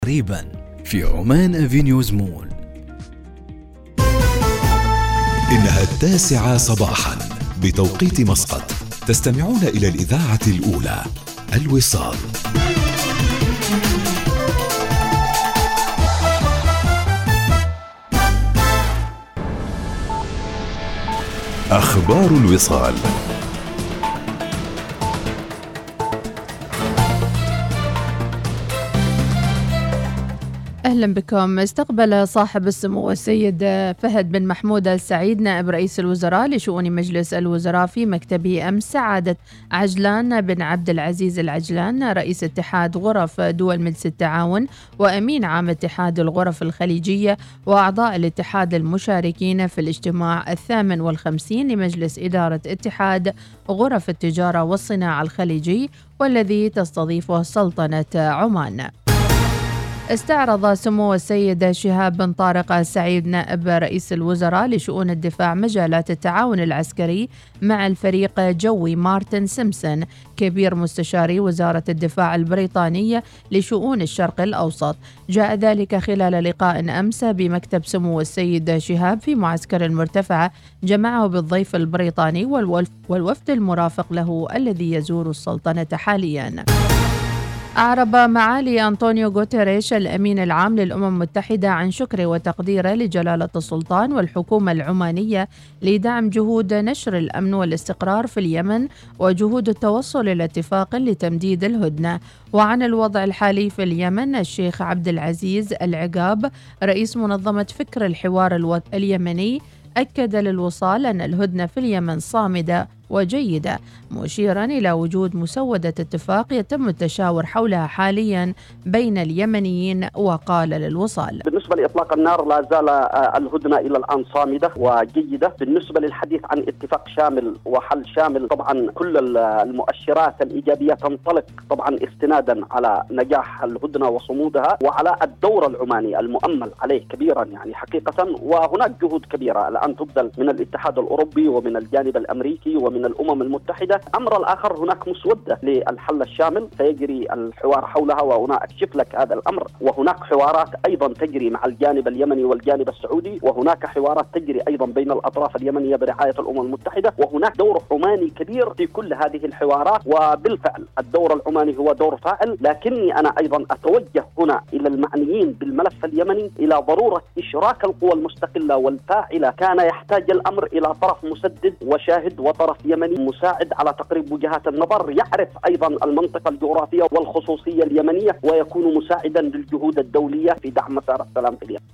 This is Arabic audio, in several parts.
قريبا في عمان أفينيوز مول. إنها 9 صباحا بتوقيت مسقط. تستمعون إلى الإذاعة الأولى الوصال. أخبار الوصال. أهلا بكم. استقبل صاحب السمو السيد فهد بن محمود السعيد نائب رئيس الوزراء لشؤون مجلس الوزراء في مكتبه أمس سعادة عجلان بن عبد العزيز العجلان رئيس اتحاد غرف دول مجلس التعاون وأمين عام اتحاد الغرف الخليجية وأعضاء الاتحاد المشاركين في الاجتماع 58 لمجلس إدارة اتحاد غرف التجارة والصناعة الخليجي والذي تستضيفه سلطنة عمان. استعرض سمو السيد شهاب بن طارق السعيد نائب رئيس الوزراء لشؤون الدفاع مجالات التعاون العسكري مع الفريق جوي مارتن سيمسون كبير مستشاري وزارة الدفاع البريطانية لشؤون الشرق الأوسط. جاء ذلك خلال لقاء أمس بمكتب سمو السيد شهاب في معسكر المرتفعة جمعه بالضيف البريطاني والوفد المرافق له الذي يزور السلطنة حالياً. أعرب معالي أنطونيو غوتيريش الأمين العام للأمم المتحدة عن شكره وتقديره لجلالة السلطان والحكومة العمانية لدعم جهود نشر الأمن والاستقرار في اليمن وجهود التوصل إلى اتفاق لتمديد الهدنة. وعن الوضع الحالي في اليمن الشيخ عبد العزيز العقاب رئيس منظمة فكر الحوار اليمني أكد للوصال أن الهدنة في اليمن صامدة وجيدة، مشيرا إلى وجود مسودة اتفاق يتم التشاور حولها حاليا بين اليمنيين. وقال للوصال: بالنسبة لإطلاق النار لا زال الهدنة إلى الآن صامدة وجيدة. بالنسبة للحديث عن اتفاق شامل وحل شامل، طبعا كل المؤشرات الإيجابية تنطلق طبعا استنادا على نجاح الهدنة وصمودها وعلى الدور العماني المؤمل عليه كبيرا يعني حقيقة. وهناك جهود كبيرة الآن تبذل من الاتحاد الأوروبي ومن الجانب الأمريكي ومن الأمم المتحدة. أمر الآخر هناك مسودة للحل الشامل سيجري الحوار حولها، وهنا أكشف لك هذا الأمر. وهناك حوارات أيضا تجري مع الجانب اليمني والجانب السعودي، وهناك حوارات تجري أيضا بين الأطراف اليمنية برعاية الأمم المتحدة، وهناك دور عماني كبير في كل هذه الحوارات. وبالفعل الدور العماني هو دور فاعل، لكني أنا أيضا أتوجه هنا إلى المعنيين بالملف اليمني إلى ضرورة إشراك القوى المستقلة والفاعلة. كان يحتاج الأمر إلى طرف مسدد وشاهد وطرف يمني مساعد على تقريب وجهات النظر، يعرف أيضا المنطقة الجغرافية والخصوصية اليمنية ويكون مساعدا للجهود الدولية في دعم مسار السلام في اليمن.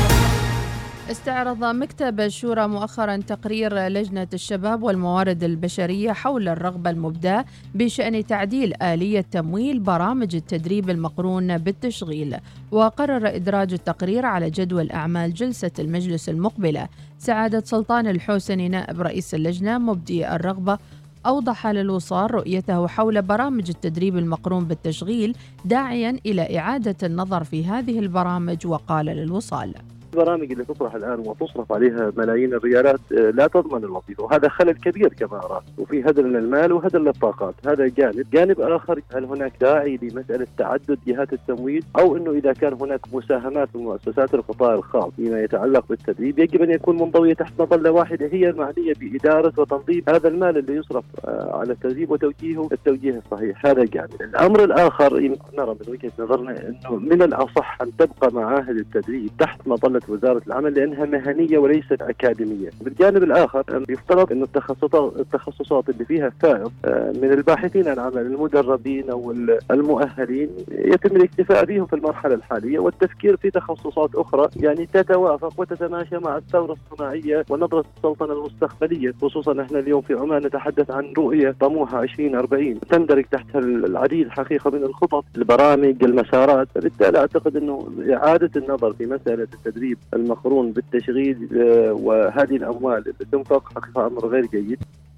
استعرض مكتب الشورى مؤخرا تقرير لجنة الشباب والموارد البشرية حول الرغبة المبداة بشأن تعديل آلية تمويل برامج التدريب المقرون بالتشغيل، وقرر إدراج التقرير على جدول أعمال جلسة المجلس المقبلة. سعادة سلطان الحوسني نائب رئيس اللجنة مبدي الرغبة أوضح للوصال رؤيته حول برامج التدريب المقرون بالتشغيل داعيا إلى إعادة النظر في هذه البرامج. وقال للوصال: البرامج اللي تطرح الآن وتصرف عليها ملايين الريالات لا تضمن الوظيفة، وهذا خلل كبير كما أرى، وفي هدر للمال وهدر للطاقات. هذا جانب آخر، هل هناك داعي لمسألة تعدد جهات التمويل، أو أنه إذا كان هناك مساهمات من مؤسسات القطاع الخاص فيما يتعلق بالتدريب يجب أن يكون منضوية تحت مظلة واحدة هي المعنية بإدارة وتنظيم هذا المال اللي يصرف على التدريب وتوجيهه التوجيه الصحيح. هذا جانب. الأمر الآخر نرى من وجهة نظرنا أنه من الأصح أن تبقى معاهد التدريب تحت مظلة وزارة العمل لأنها مهنية وليست أكاديمية. بالجانب الآخر يفترض أن التخصصات اللي فيها فائض من الباحثين عن عمل المدربين أو المؤهلين يتم الاكتفاء بهم في المرحلة الحالية والتفكير في تخصصات أخرى يعني تتوافق وتتماشى مع الثورة الصناعية ونظرة السلطنة المستقبلية. خصوصا نحن اليوم في عمان نتحدث عن رؤية طموحة 2040 تندرج تحتها العديد حقيقة من الخطط، البرامج، المسارات. فبالتالي أعتقد أنه إعادة النظر في مسألة التدريب المقرون بالتشغيل وهذه الأموال اللي تنفق حقيقة أمر غير جيد.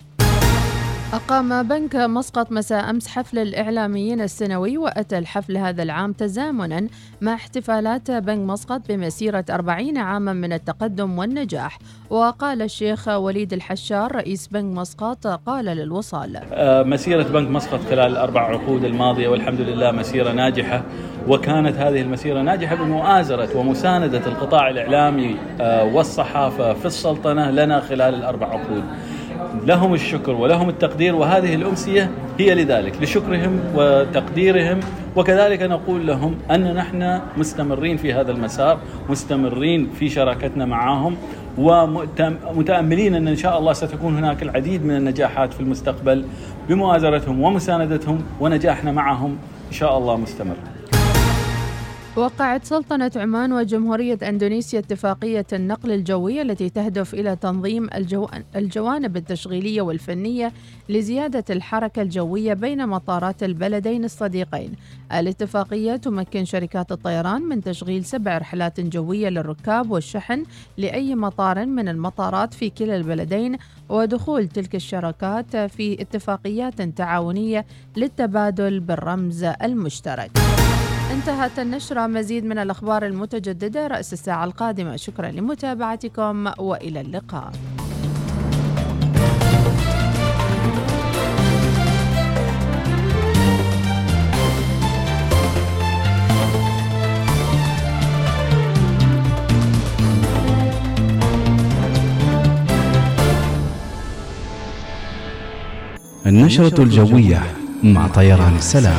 أقام بنك مسقط مساء أمس حفل الإعلاميين السنوي، وأتى الحفل هذا العام تزامنا مع احتفالات بنك مسقط بمسيرة 40 عاما من التقدم والنجاح. وقال الشيخ وليد الحشار رئيس بنك مسقط قال للوصال: مسيرة بنك مسقط خلال 4 عقود الماضية والحمد لله مسيرة ناجحة، وكانت هذه المسيرة ناجحة بمؤازرة ومساندة القطاع الإعلامي والصحافة في السلطنة لنا خلال ال4 عقود. لهم الشكر ولهم التقدير، وهذه الأمسية هي لذلك، لشكرهم وتقديرهم. وكذلك نقول لهم أن نحن مستمرين في هذا المسار، مستمرين في شراكتنا معهم، ومتأملين أن إن شاء الله ستكون هناك العديد من النجاحات في المستقبل بمؤازرتهم ومساندتهم، ونجاحنا معهم إن شاء الله مستمر. وقعت سلطنة عمان وجمهورية أندونيسيا اتفاقية النقل الجوي التي تهدف إلى تنظيم الجوانب التشغيلية والفنية لزيادة الحركة الجوية بين مطارات البلدين الصديقين. الاتفاقية تمكن شركات الطيران من تشغيل 7 رحلات جوية للركاب والشحن لأي مطار من المطارات في كلا البلدين، ودخول تلك الشركات في اتفاقيات تعاونية للتبادل بالرمز المشترك. انتهت النشرة. مزيد من الأخبار المتجددة رأس الساعة القادمة. شكرا لمتابعتكم وإلى اللقاء. النشرة الجوية مع طيران السلام.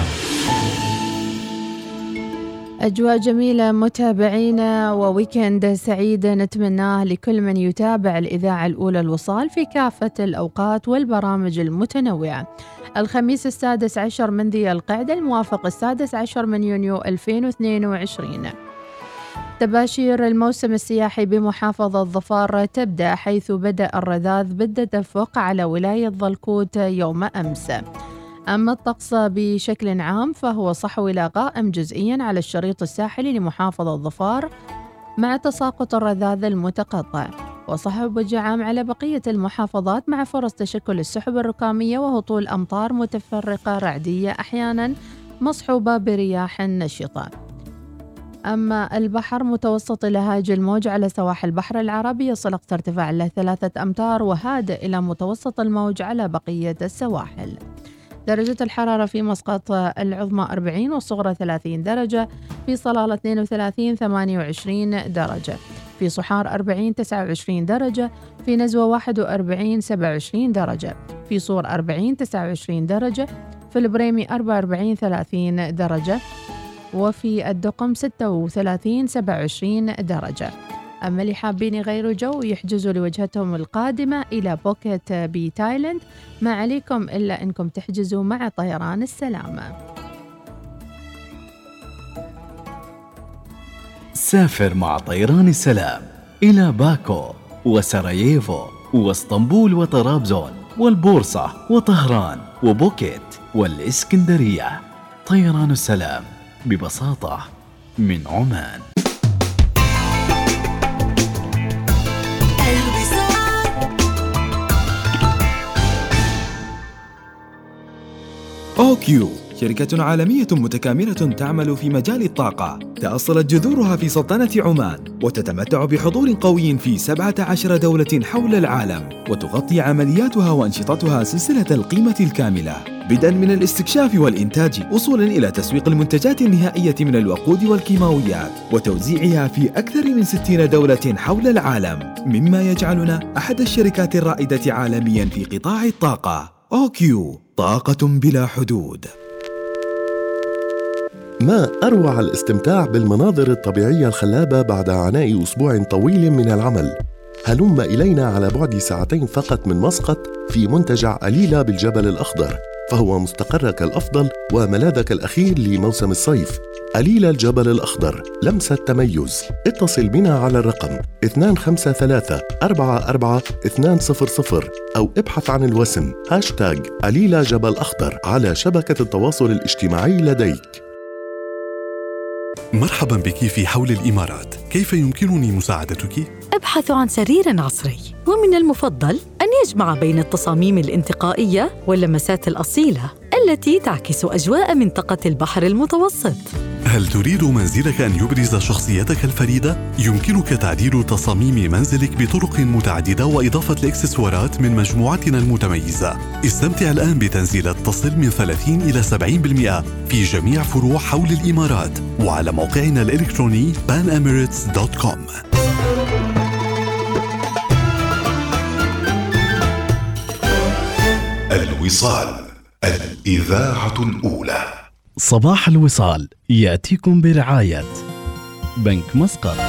أجواء جميلة متابعينا، وويكند سعيد نتمناه لكل من يتابع الإذاعة الأولى الوصال في كافة الأوقات والبرامج المتنوعة. الخميس 16 من ذي القعدة الموافق 16 من يونيو 2022. تباشير الموسم السياحي بمحافظة ظفار تبدأ، حيث بدأ الرذاذ بالتدفق على ولاية ظلكوت يوم أمس. أما الطقس بشكل عام فهو صحو إلى غائم جزئياً على الشريط الساحلي لمحافظة ظفار مع تساقط الرذاذ المتقطع، وصحو بوجه عام على بقية المحافظات مع فرص تشكل السحب الركامية وهطول أمطار متفرقة رعدية أحياناً مصحوبة برياح نشطة. أما البحر متوسط إلى هاج الموج على سواحل البحر العربي يصل أقصى ارتفاع إلى 3 أمتار، وهادئ إلى متوسط الموج على بقية السواحل. درجة الحرارة في مسقط العظمى 40 والصغرى 30 درجة، في صلالة 32 28 درجة، في صحار 40 29 درجة، في نزوة 41 27 درجة، في صور 40 29 درجة، في البريمي 44 30 درجة، وفي الدقم 36 27 درجة. أما اللي حابين يغيروا جو يحجزوا لوجهتهم القادمة إلى بوكيت بتايلاند، ما عليكم إلا أنكم تحجزوا مع طيران السلامة. سافر مع طيران السلام إلى باكو وسراييفو واسطنبول وطرابزون والبورصة وطهران وبوكيت والإسكندرية. طيران السلام ببساطة من عمان. أوكيو شركة عالمية متكاملة تعمل في مجال الطاقة، تأصلت جذورها في سلطنة عمان وتتمتع بحضور قوي في 17 دولة حول العالم، وتغطي عملياتها وأنشطتها سلسلة القيمة الكاملة، بدءا من الاستكشاف والإنتاج وصولا إلى تسويق المنتجات النهائية من الوقود والكيماويات وتوزيعها في أكثر من 60 دولة حول العالم، مما يجعلنا أحد الشركات الرائدة عالميا في قطاع الطاقة. أوكيو، طاقة بلا حدود. ما أروع الاستمتاع بالمناظر الطبيعية الخلابة بعد عناء أسبوع طويل من العمل. هلم إلينا على بعد 2 ساعات فقط من مسقط في منتجع أليلة بالجبل الأخضر، فهو مستقرك الأفضل وملاذك الأخير لموسم الصيف. أليلة الجبل الأخضر، لمسة تميز. اتصل بنا على الرقم 253-44-200 أو ابحث عن الوسم #أليلة جبل أخضر على شبكة التواصل الاجتماعي لديك. مرحبا بك في حول الإمارات، كيف يمكنني مساعدتك؟ أبحث عن سرير عصري، ومن المفضل أن يجمع بين التصاميم الانتقائية واللمسات الأصيلة التي تعكس أجواء منطقة البحر المتوسط. هل تريد منزلك أن يبرز شخصيتك الفريدة؟ يمكنك تعديل تصاميم منزلك بطرق متعددة وإضافة الإكسسوارات من مجموعتنا المتميزة. استمتع الآن بتنزيلات تصل من 30 إلى 70% في جميع فروع حول الإمارات وعلى موقعنا الإلكتروني panemirates.com. الوصال، الإذاعة الأولى. صباح الوصال يأتيكم برعاية بنك مسقط،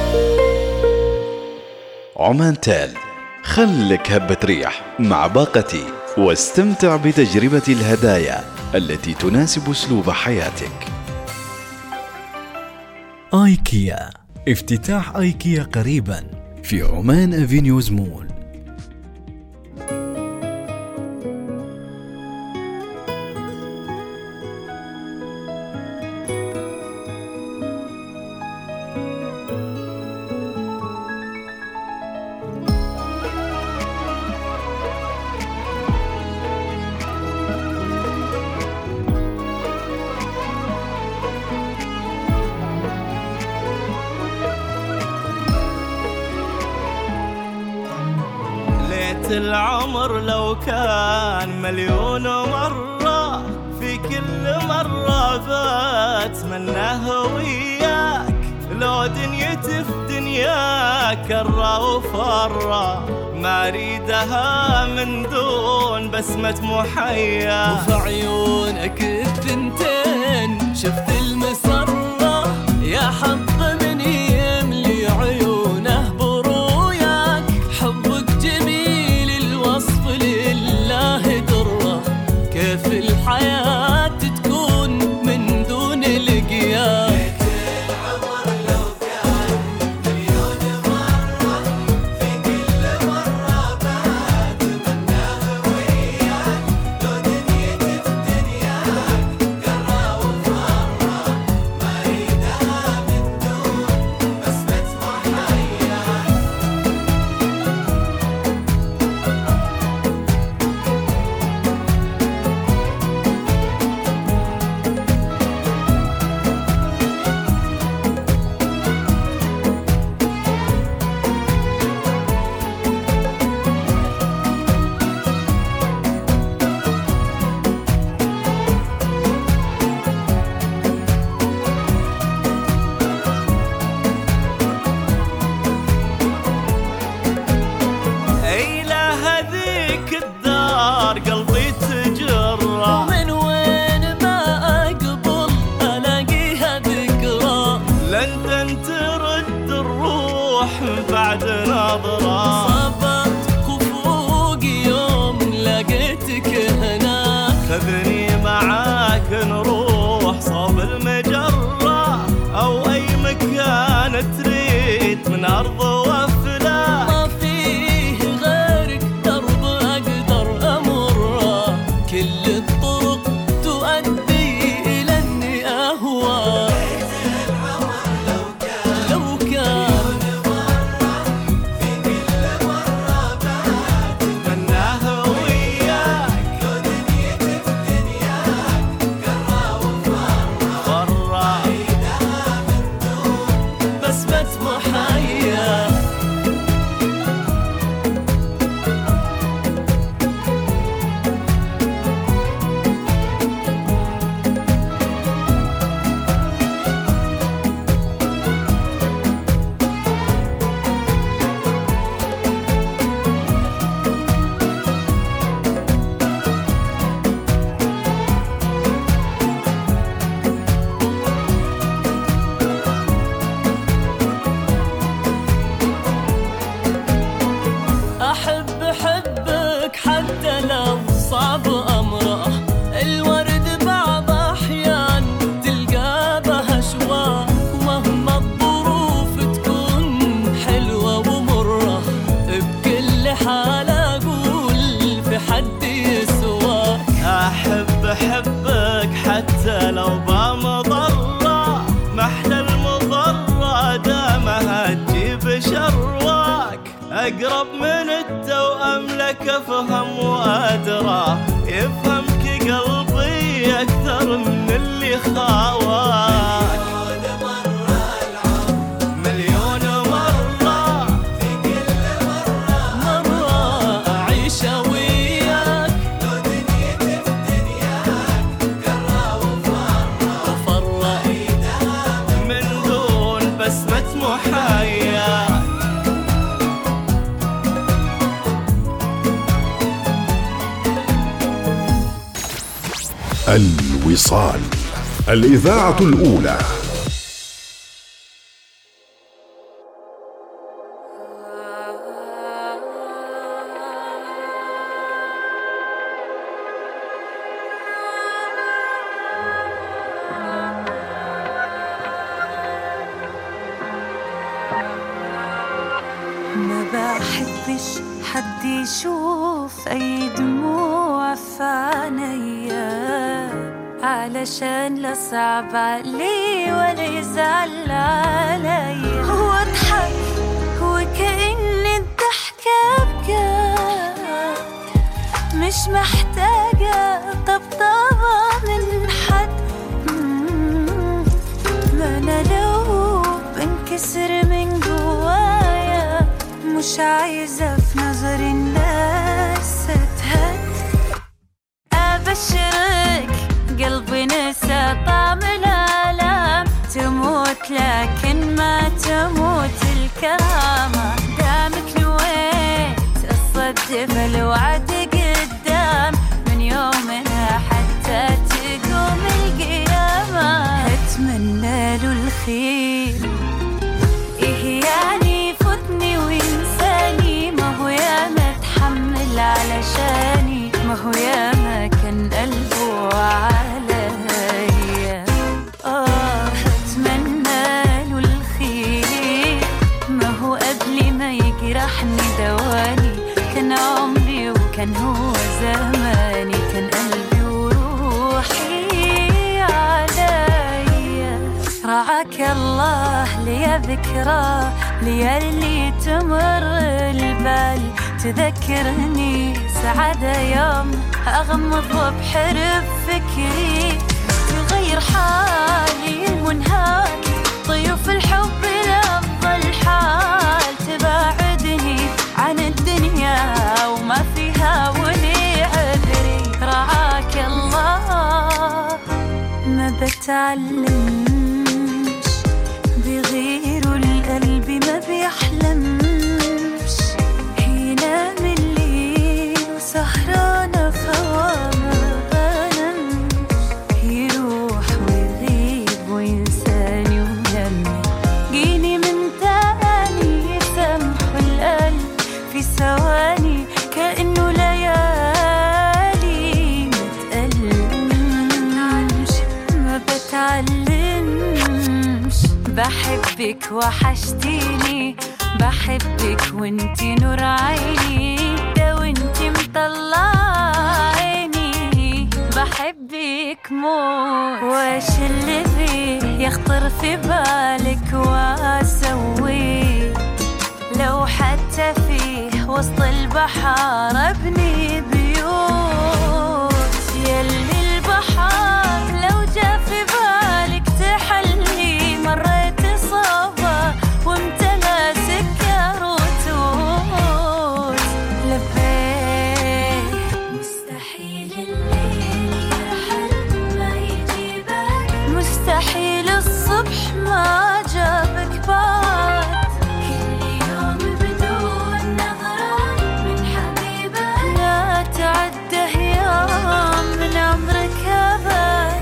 عمان تال. خلك هبة ريح مع باقتي واستمتع بتجربة الهدايا التي تناسب أسلوب حياتك. آيكيا، افتتاح آيكيا قريبا في عمان أفينيوز مول. العمر لو كان مليون مرة، في كل مرة بتمناه وياك. لو دنيتي في دنياك كرة وفرة، ما اريدها من دون بسمة محيا. وفي عيونك الثنتين شفت المسرة، يا حظ من يملي عيونه بروياك. حبك جميل الوصف لله درة، كيف الحياة تكون من دون لقياك. خذني معاك نروح صوب المجرة، أو أي مكان تريد من أرض وفلا. ما فيه غيرك درب أقدر أمره، كل الطرق تؤدي إلى أني أهوى. لو كان أحبك حتى لو بمضرة، محلى المضرة دامها تجيب شرواك. أقرب من التوأم لك أفهم وأدرى، يفهمك قلبي أكثر من اللي خاواك. الوصال، الإذاعة الأولى. ما بحبش حد يشوف أي دموع في عينيا، علشان لا صعب عليه ولا يزعل عليا. هو اضحك وكأن الضحكة بجد، مش محتاجة طبطبة من حد. ما أنا لو بنكسر من جوايا، مش عايزة في نظر الناس أتهد. أبشرك قلبي نسى طعم الآلام، تموت لكن ما تموت الكرامة. دامك نويت الصدف الوعد قدام، من يومنا حتى تقوم القيامة. أتمنى له الخير، إيه يعني فوتني وينساني؟ ما هو ياما تحمل علشاني، ما هو ياما كان قلبه عليا. أتمنى له الخير، ما هو قبل ما يجرحني دواني. كان عمري وكان هو زماني، كان قلبي وروحي عليا. رعاك الله ليا ذكرى، ليا اللي تمر البال، تذكرني سعادة يوم أغمض وبحرب فكري. تغير حالي المنهار، ضيوف الحب لأفضل حال. تباعدني عن الدنيا وما فيها ولي عذري. رعاك الله ما بتعلمش، بغير القلب ما بيحلمش. ينام الليل وسهرانة فواما بنامش، يروح ويغيب وينساني ولما جيني من تاني. يسامح القلب في ثواني، كأنه ليالي متألمش. ما بتعلمش، بحبك وحشتيني، بحبك وانتي نور عيني. ده وانتي مطلع عيني، بحبك موت. واش اللي فيه يخطر في بالك واسويه؟ لو حتى فيه وسط البحر ابني بيوت. يلي البحر لو جا في بالك تحلي، مريت صعبة وامتلى سكر وتوت. لبيت مستحيل الليل يرحل ما يجيبك، مستحيل الصبح ما جابك بعد. كل يوم بدون نظرة من حبيبك، لا تعده يوم من عمرك أبد.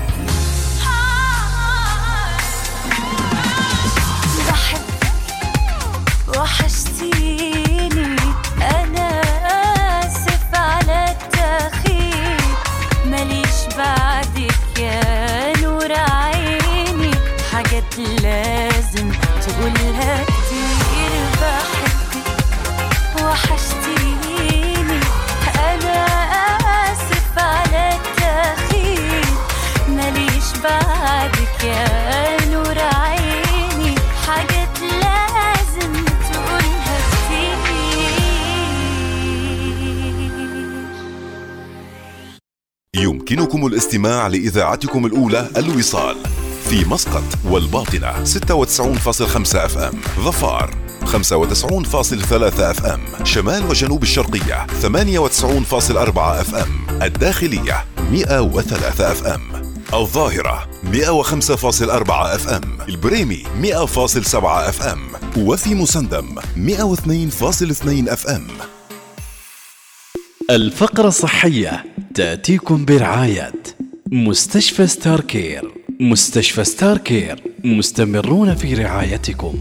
وحشتيني، أنا آسف على التأخير. ماليش بعدك يا نور عيني، حاجات لازم تقولها كتير. بحبك وحشتيني، أنا آسف على التأخير. ماليش بعدك يا نور عيني، حاجات لازم تقولها كتير. يمكنكم الاستماع لإذاعتكم الأولى الوصال في مسقط والباطنة 96.5 FM، ظفار 95.3 FM، شمال وجنوب الشرقية 98.4 FM، الداخلية 103 FM، الظاهرة 105.4 FM، البريمي 100.7 FM، وفي مسندم 102.2 FM. الفقرة الصحية تأتيكم برعاية مستشفى ستار كير. مستشفى ستار كير مستمرون في رعايتكم.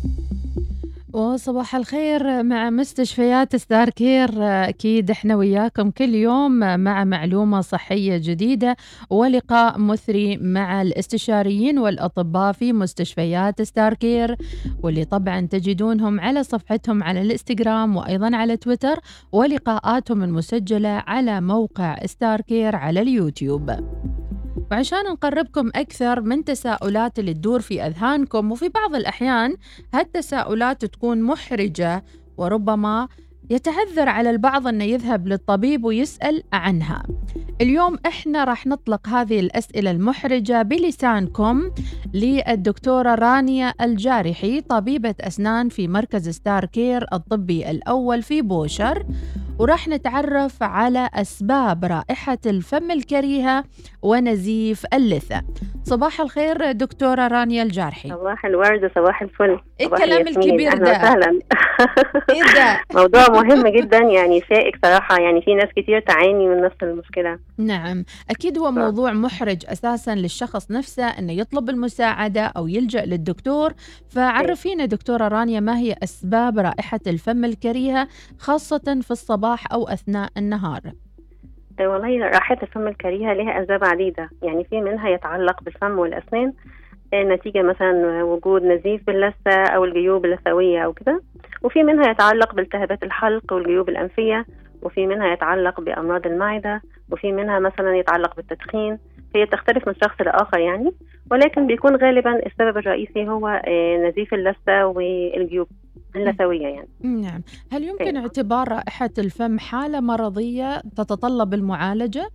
وصباح الخير مع مستشفيات ستار كير. أكيد إحنا وياكم كل يوم مع معلومة صحية جديدة ولقاء مثري مع الاستشاريين والأطباء في مستشفيات ستار كير، واللي طبعا تجدونهم على صفحتهم على الانستغرام وأيضا على تويتر، ولقاءاتهم المسجلة على موقع ستار كير على اليوتيوب. وعشان نقربكم أكثر من تساؤلات اللي تدور في أذهانكم، وفي بعض الأحيان هالتساؤلات تكون محرجة وربما يتعذر على البعض أنه يذهب للطبيب ويسأل عنها. اليوم إحنا راح نطلق هذه الأسئلة المحرجة بلسانكم للدكتورة رانيا الجارحي، طبيبة أسنان في مركز ستار كير الطبي الأول في بوشر، وراح نتعرف على أسباب رائحة الفم الكريهة ونزيف اللثة. صباح الخير دكتورة رانيا الجارحي. صباح الورد وصباح الفل. إيه الكلام الكبير ده؟ أهلا. إيه ده؟ موضوع مهم جدا، يعني شائك صراحة، يعني في ناس كتير تعاني من نفس المشكلة. نعم أكيد هو موضوع محرج أساسا للشخص نفسه أنه يطلب المساعدة أو يلجأ للدكتور. فعرفينا دكتورة رانيا، ما هي أسباب رائحة الفم الكريهة خاصة في الصباح أو أثناء النهار؟ والله رائحة الفم الكريهة لها أسباب عديدة، يعني في منها يتعلق بالفم والأسنان نتيجة مثلا وجود نزيف باللثة أو الجيوب اللثوية أو كده، وفي منها يتعلق بالتهابات الحلق والجيوب الأنفية، وفي منها يتعلق بأمراض المعدة، وفي منها مثلا يتعلق بالتدخين. هي تختلف من شخص لآخر يعني، ولكن بيكون غالبا السبب الرئيسي هو نزيف اللثة والجيوب اللثوية يعني. نعم. هل يمكن اعتبار رائحة الفم حالة مرضية تتطلب المعالجة؟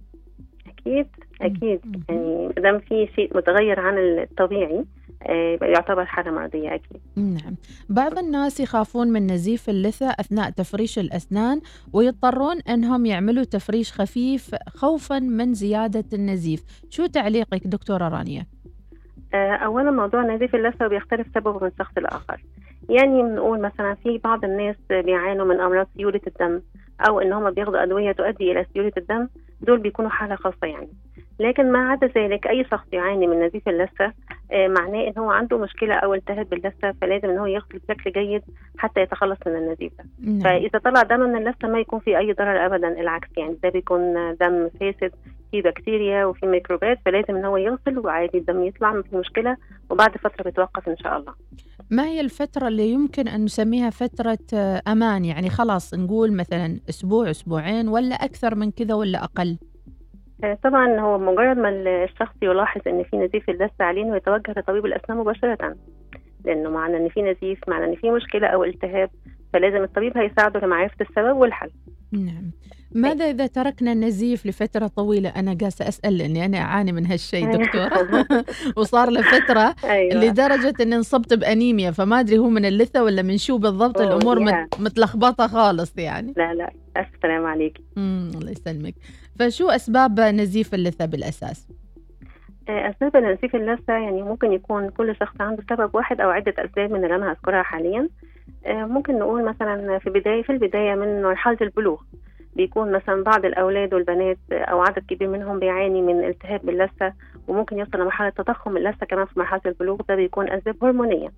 أكيد يعني دام في شيء متغير عن الطبيعي يعتبر حالة مرضية أكيد. نعم. بعض الناس يخافون من نزيف اللثة أثناء تفريش الأسنان ويضطرون أنهم يعملوا تفريش خفيف خوفا من زيادة النزيف. شو تعليقك دكتورة رانيا؟ أولا موضوع نزيف اللثة بيختلف سببه من شخص لآخر. يعني بنقول مثلا في بعض الناس بيعانوا من أمراض سيولة الدم، أو إنهم بياخدوا أدوية تؤدي إلى سيولة الدم، دول بيكونوا حالة خاصة يعني. لكن ما عدا ذلك أي شخص يعاني من نزيف اللثة معناه إن هو عنده مشكلة أو التهاب باللثة، فلازم إن هو يغسل بشكل جيد حتى يتخلص من النزيف ده. فإذا طلع دم من اللثة ما يكون في أي ضرر أبدا، العكس يعني ده بيكون دم فاسد في بكتيريا وفي ميكروبات، فلازم إن هو يغسل وعادي الدم يطلع ما في مشكلة، وبعد فترة بيتوقف إن شاء الله. ما هي الفترة اللي يمكن أن نسميها فترة أمان؟ يعني خلاص نقول مثلا أسبوع أسبوعين ولا أكثر من كذا ولا أقل؟ طبعا هو مجرد ما الشخص يلاحظ ان في نزيف في اللثة عليه انه يتوجه لطبيب الاسنان مباشرة، لانه معنى ان في نزيف معنى ان في مشكلة او التهاب، فلازم الطبيب هيساعده لمعرفة السبب والحل. نعم. ماذا إذا تركنا النزيف لفترة طويلة؟ أنا قاسة أسأل لأني أنا أعاني من هالشيء دكتورة وصار لفترة لدرجة أني انصبت بأنيميا، فما أدري هو من اللثة ولا من شو بالضبط. الأمور متلخبطة خالص يعني. لا السلام عليك. الله يسلمك. فشو أسباب نزيف اللثة بالأساس؟ أسباب نزيف اللثة يعني ممكن يكون كل شخص عنده سبب واحد أو عدة أسباب من اللي أنا هذكرها حاليا. ممكن نقول مثلا في البداية من مرحلة البلوغ بيكون مثلا بعض الأولاد والبنات أو عدد كبير منهم بيعاني من التهاب باللثة، وممكن يوصل لمرحلة تضخم اللثة كمان في مرحلة البلوغ. ده بيكون أسباب هرمونية.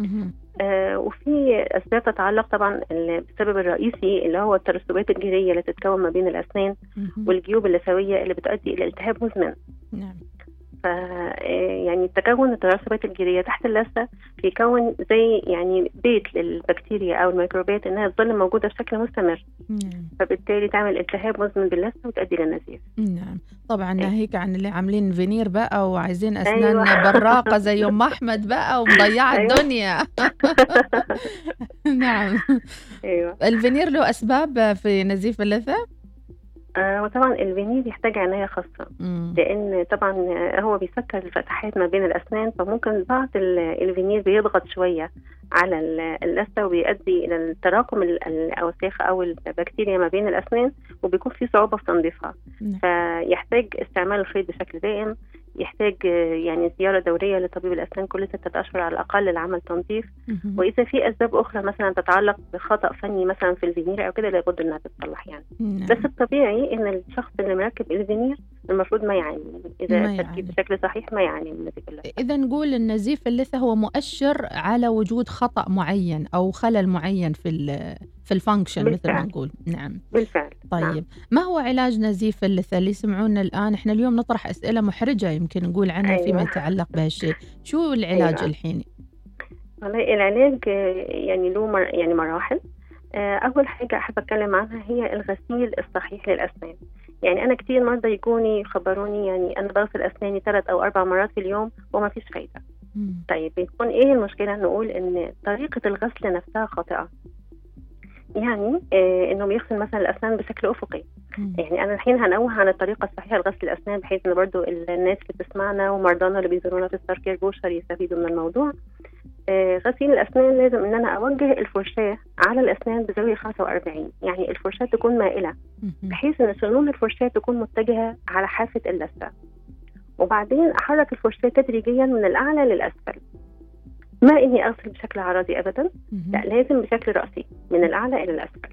وفي أسباب تتعلق طبعا السبب الرئيسي اللي هو الترسبات الجيرية اللي تتكون ما بين الأسنان والجيوب اللثوية اللي بتؤدي إلى التهاب مزمن. نعم. يعني تكون الترسبات الجيرية تحت اللثة بيكون زي يعني بيت للبكتيريا أو الميكروبات إنها تظل موجودة بشكل مستمر. فبالتالي تعمل التهاب مزمن باللثة وتؤدي للنزيف. نعم. طبعا ناهيك عن اللي عاملين فينير بقى وعايزين أسنان براقة زي أم أحمد بقى ومضيعة الدنيا. نعم. الفينير له أسباب في نزيف اللثة؟ وطبعا الفينير يحتاج عناية خاصة، لأن طبعا هو بيسكر الفتحات ما بين الأسنان، فممكن بعض الفينير بيضغط شوية على اللثة وبيؤدي إلى التراكم الأوساخ أو البكتيريا ما بين الأسنان، وبيكون في صعوبة في تنظيفها. فيحتاج استعمال الخيط بشكل دائم، يحتاج يعني زيارة دورية لطبيب الأسنان كل 6 أشهر على الأقل لعمل تنظيف. وإذا في أسباب أخرى مثلا تتعلق بخطأ فني مثلا في الفينير أو كده لابد إنها تتصلح يعني. بس الطبيعي إن الشخص اللي مركب الفينير المفروض ما يعاني، إذا تركب بشكل صحيح ما يعاني من نزيف اللثة. إذا نقول إن نزيف اللثة هو مؤشر على وجود خطأ معين أو خلل معين في الفانكشن مثل ما نقول. نعم بالفعل. طيب نعم. ما هو علاج نزيف اللثة اللي يسمعونا الآن؟ إحنا اليوم نطرح أسئلة محرجة يمكن نقول عنها فيما يتعلق بهالشيء. شو العلاج الحين؟ والله العلاج يعني له يعني مراحل. أول حاجة أحب أتكلم عنها هي الغسيل الصحيح للأسنان. يعني أنا كتير مرضى يجوني يخبروني يعني أنا بغسل أسناني 3 أو 4 مرات في اليوم وما فيش فايدة. طيب بيكون إيه المشكلة؟ نقول إن طريقة الغسل نفسها خاطئة. يعني إنه بيغسل مثلا الأسنان بشكل أفقي. يعني أنا الحين هنوه عن الطريقة الصحيحة لغسل الأسنان بحيث إن برضو الناس اللي بتسمعنا ومرضانا اللي بيزورونا في ستار كير بوشر يستفيدوا من الموضوع. غسيل الأسنان لازم إن أنا أوجه الفرشاة على الأسنان بزاوية 45، يعني الفرشاة تكون مائلة بحيث إن سنون الفرشاة تكون متجهة على حافة اللثة، وبعدين أحرك الفرشاة تدريجيا من الأعلى للأسفل. ما إني أغسل بشكل عرضي أبدا، لا لازم بشكل رأسي من الأعلى إلى الأسفل.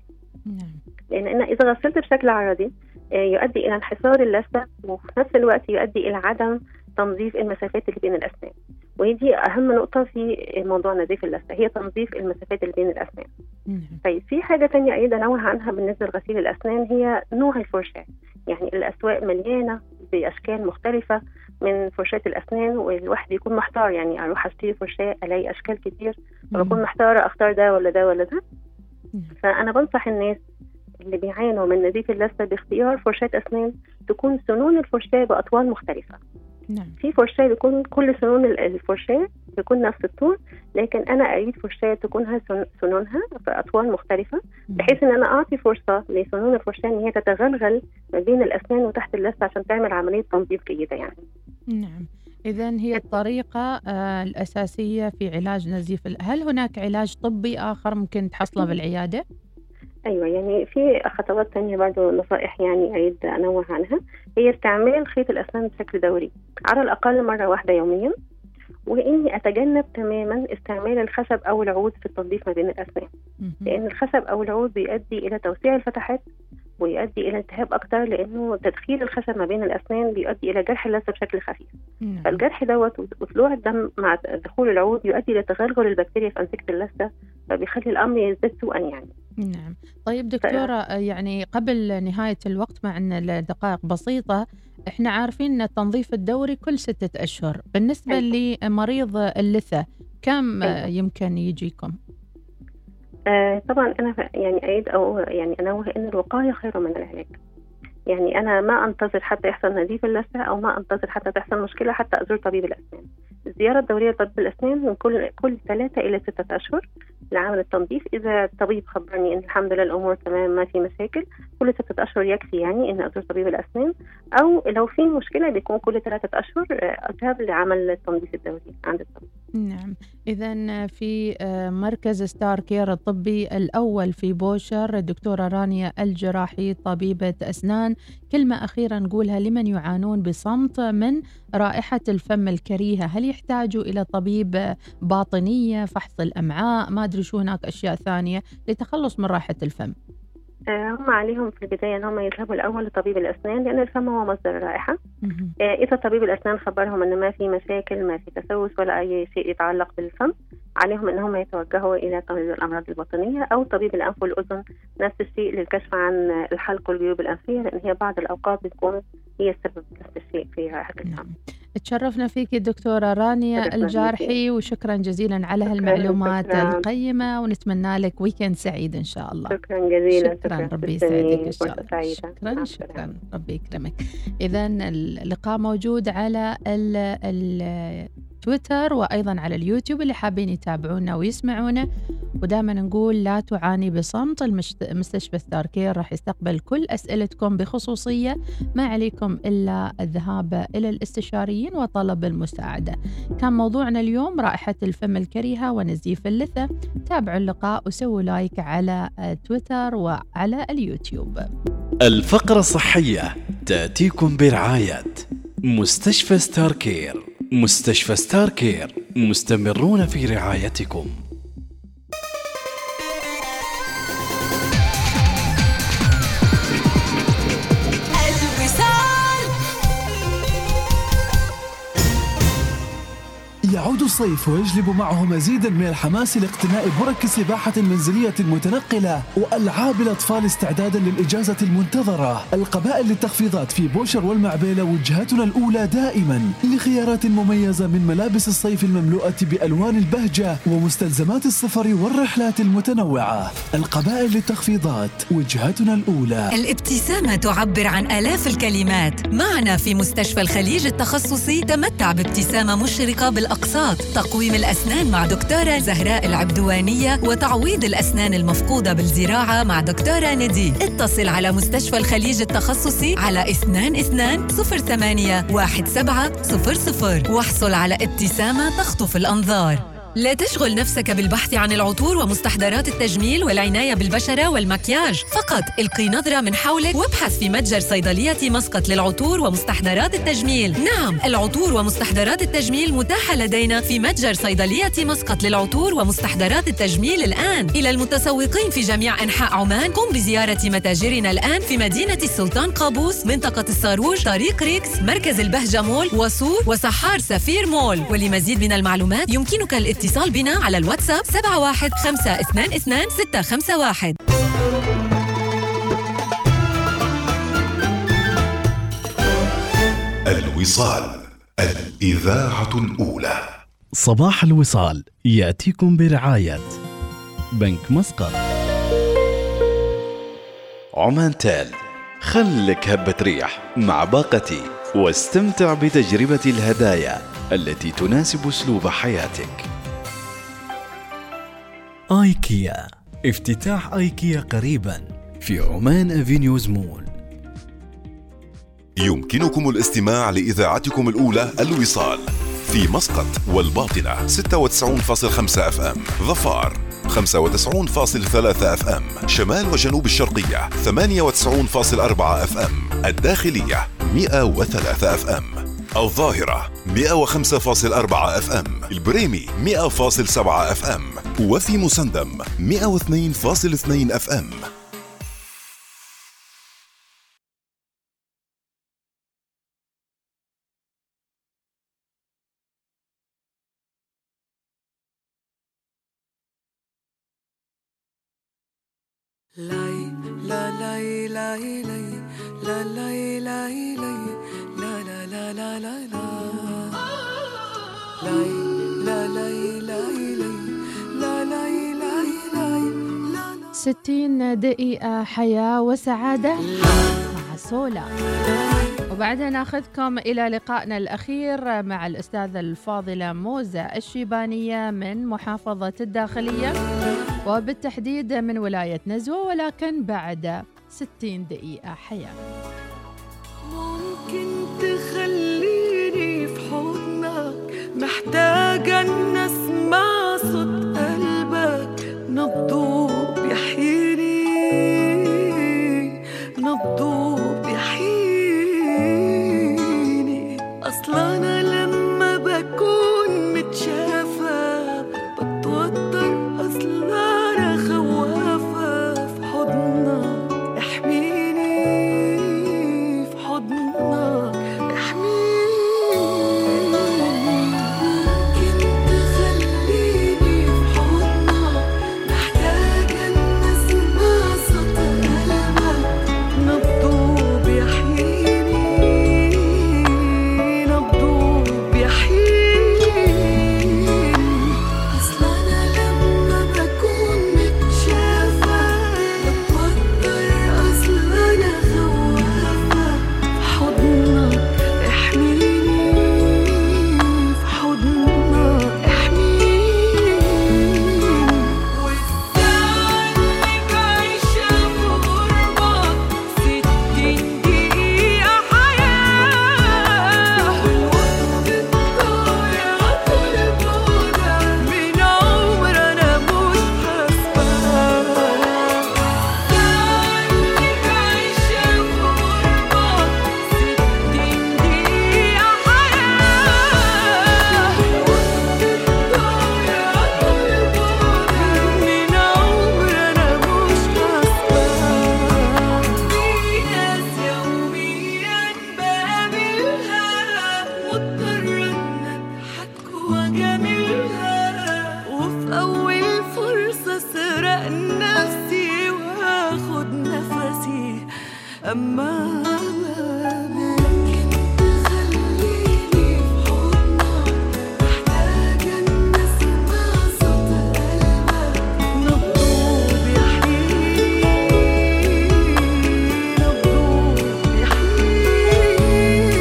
لأن أنا إذا غسلت بشكل عرضي يؤدي إلى انحسار اللثة وفي نفس الوقت يؤدي إلى عدم تنظيف المسافات اللي بين الأسنان، وهي أهم نقطة في موضوع نزيف اللثة هي تنظيف المسافات اللي بين الأسنان. طيب في حاجة تانية أيضا أنوه عنها بالنسبة لغسيل الأسنان هي نوع الفرشاة. يعني الأسواق مليانة بأشكال مختلفة من فرشاة الأسنان والواحد يكون محتار، يعني أروح أشتري فرشاة ألاقي أشكال كتير وبكون محتارة أختار ده ولا ده ولا ده. فأنا بنصح الناس اللي بيعانوا من نزيف اللثة باختيار فرشاة أسنان تكون سنون الفرشاة بأطوال مختلفة. في فرشاة بيكون كل سنون الفرشاة بيكون نفس الطول، لكن أنا أريد فرشاة تكونها سنونها بأطوال مختلفة بحيث أن أنا أعطي فرصة لسنون الفرشاة أن هي تتغلغل ما بين الأسنان وتحت اللثة عشان تعمل عملية تنظيف جيدة يعني. نعم. إذن هي الطريقة الأساسية في علاج نزيف. هل هناك علاج طبي آخر ممكن تحصله بالعيادة؟ أيوة، يعني في خطوات تانية برضو نصائح يعني أريد أنوه عنها. هي استعمال خيط الأسنان بشكل دوري على الأقل مرة واحدة يوميا، وإني أتجنب تماما استعمال الخشب أو العود في التنظيف ما بين الأسنان، لأن الخشب أو العود بيؤدي إلى توسيع الفتحات ويؤدي إلى التهاب أكتر، لأنه تدخيل الخشب ما بين الأسنان بيؤدي إلى جرح اللثة بشكل خفيف. فالجرح دوت وطلوع الدم مع دخول العود يؤدي إلى تغلغل البكتيريا في أنسجة اللثة، فبيخلي الأمر يزداد سوءا يعني. نعم. طيب دكتورة، يعني قبل نهاية الوقت معنا دقائق بسيطة، احنا عارفين ان التنظيف الدوري كل 6 أشهر. بالنسبة لمريض اللثة كم يمكن يجيكم؟ طبعا أنا يعني أريد أو يعني أنوه إن الوقاية خير من العلاج. يعني أنا ما أنتظر حتى يحصل نزيف اللثة أو ما أنتظر حتى تحصل مشكلة حتى أزور طبيب الأسنان. الزيارة الدورية لطبيب الأسنان من كل 3 إلى 6 أشهر لعمل التنظيف. إذا الطبيب خبرني إن الحمد لله الأمور تمام ما في مشاكل، كل 6 أشهر يكفي يعني إن أزور طبيب الأسنان، أو لو في مشكلة بيكون كل 3 أشهر أذهب لعمل التنظيف الدوري عند الطبيب. نعم. إذن في مركز ستار كير الطبي الأول في بوشر الدكتورة رانيا الجراحي طبيبة أسنان، كلمة أخيرة نقولها لمن يعانون بصمت من رائحة الفم الكريهة، هل يحتاجوا إلى طبيب باطنية، فحص الأمعاء، ما أدري شو هناك أشياء ثانية لتخلص من رائحة الفم؟ هم عليهم في البداية أن هم يذهبوا الأول لطبيب الأسنان، لأن الفم هو مصدر الرائحة. إذا طبيب الأسنان خبرهم أن ما في مشاكل، ما في تسوس ولا أي شيء يتعلق بالفم، عليهم أن هم يتوجهوا إلى طبيب الأمراض الباطنية أو طبيب الأنف والأذن، نفس الشيء للكشف عن الحلق والجيوب الأنفية، لأن هي بعض الأوقات بتكون هي السبب نفس الشيء في رائحة الفم. تشرفنا فيك الدكتورة رانيا الجارحي، وشكرا جزيلا على هالمعلومات القيمة، ونتمنى لك ويكند سعيد إن شاء الله. شكرا جزيلا. شكرا، ربي يسعدك إن شاء الله. شكرا ربي يكرمك. إذن اللقاء موجود على تويتر وأيضا على اليوتيوب اللي حابين يتابعونا ويسمعونا. ودائما نقول لا تعاني بصمت، المستشفى ستار كير راح يستقبل كل أسئلتكم بخصوصية، ما عليكم إلا الذهاب إلى الاستشاريين وطلب المساعدة. كان موضوعنا اليوم رائحة الفم الكريهة ونزيف اللثة. تابعوا اللقاء وسووا لايك على تويتر وعلى اليوتيوب. الفقرة الصحية تأتيكم برعاية مستشفى ستار كير. مستشفى ستار كير مستمرون في رعايتكم. يعود الصيف ويجلب معه مزيدا من الحماس لاقتناء برك سباحة منزلية متنقلة وألعاب الأطفال استعدادا للإجازة المنتظرة. القبائل للتخفيضات في بوشر والمعبيلة وجهتنا الأولى دائما لخيارات مميزة من ملابس الصيف المملوءة بألوان البهجة ومستلزمات السفر والرحلات المتنوعة. القبائل للتخفيضات وجهتنا الأولى. الابتسامة تعبر عن آلاف الكلمات. معنا في مستشفى الخليج التخصصي تمتع بابتسامة مشرقة بالأقساط، تقويم الأسنان مع دكتورة زهراء العبدوانية وتعويض الأسنان المفقودة بالزراعة مع دكتورة ندي. اتصل على مستشفى الخليج التخصصي على 22-08-1700 واحصل على ابتسامة تخطف الأنظار. لا تشغل نفسك بالبحث عن العطور ومستحضرات التجميل والعناية بالبشرة والمكياج فقط. القي نظرة من حولك وابحث في متجر صيدلية مسقط للعطور ومستحضرات التجميل. نعم، العطور ومستحضرات التجميل متاحة لدينا في متجر صيدلية مسقط للعطور ومستحضرات التجميل الآن. إلى المتسوقين في جميع أنحاء عمان، قم بزيارة متاجرنا الآن في مدينة السلطان قابوس، منطقة الصاروج، طريق ريكس، مركز البهجة مول، وصور، وسحار سفير مول. ولمزيد من المعلومات يمكنك الاتصال بنا على الواتساب 71522651. الوصال، الإذاعة الأولى. صباح الوصال يأتيكم برعاية بنك مسقط، عمان تال. خلك هبة ريح مع باقتي واستمتع بتجربة الهدايا التي تناسب أسلوب حياتك. آيكيا، افتتاح آيكيا قريبا في عمان أفينيوز مول. يمكنكم الاستماع لإذاعتكم الأولى الوصال في مسقط والباطنة 96.5 FM، ظفار 95.3 FM، شمال وجنوب الشرقية 98.4 FM، الداخلية 103 FM، الظاهرة 105.4 FM، البريمي 100.7 FM، وفي مسندم 102.2 FM. ستين دقيقة حياة وسعادة مع سولا. وبعدها ناخذكم إلى لقائنا الأخير مع الأستاذة الفاضلة موزة الشيبانية من محافظة الداخلية، وبالتحديد من ولاية نزوة، ولكن بعد 60 دقيقة حياة. ممكن تخليني في حضنك، محتاجة أن أسمع صوت قلبك، نبضه بيحييني، نبضه بيحييني. أصلا أنا لما بكون متشافة بتوتر، أصلا أنا خوافة. في حضنك احميني، في حضنك احميني. ممكن تخليني في حضنك، محتاجة أول فرصة سرق نفسي وآخد نفسي، أما ممكن تخليني في حضنك، محتاجة إن أسمع صوت قلبك نبضه بيحييني، نبضه بيحييني.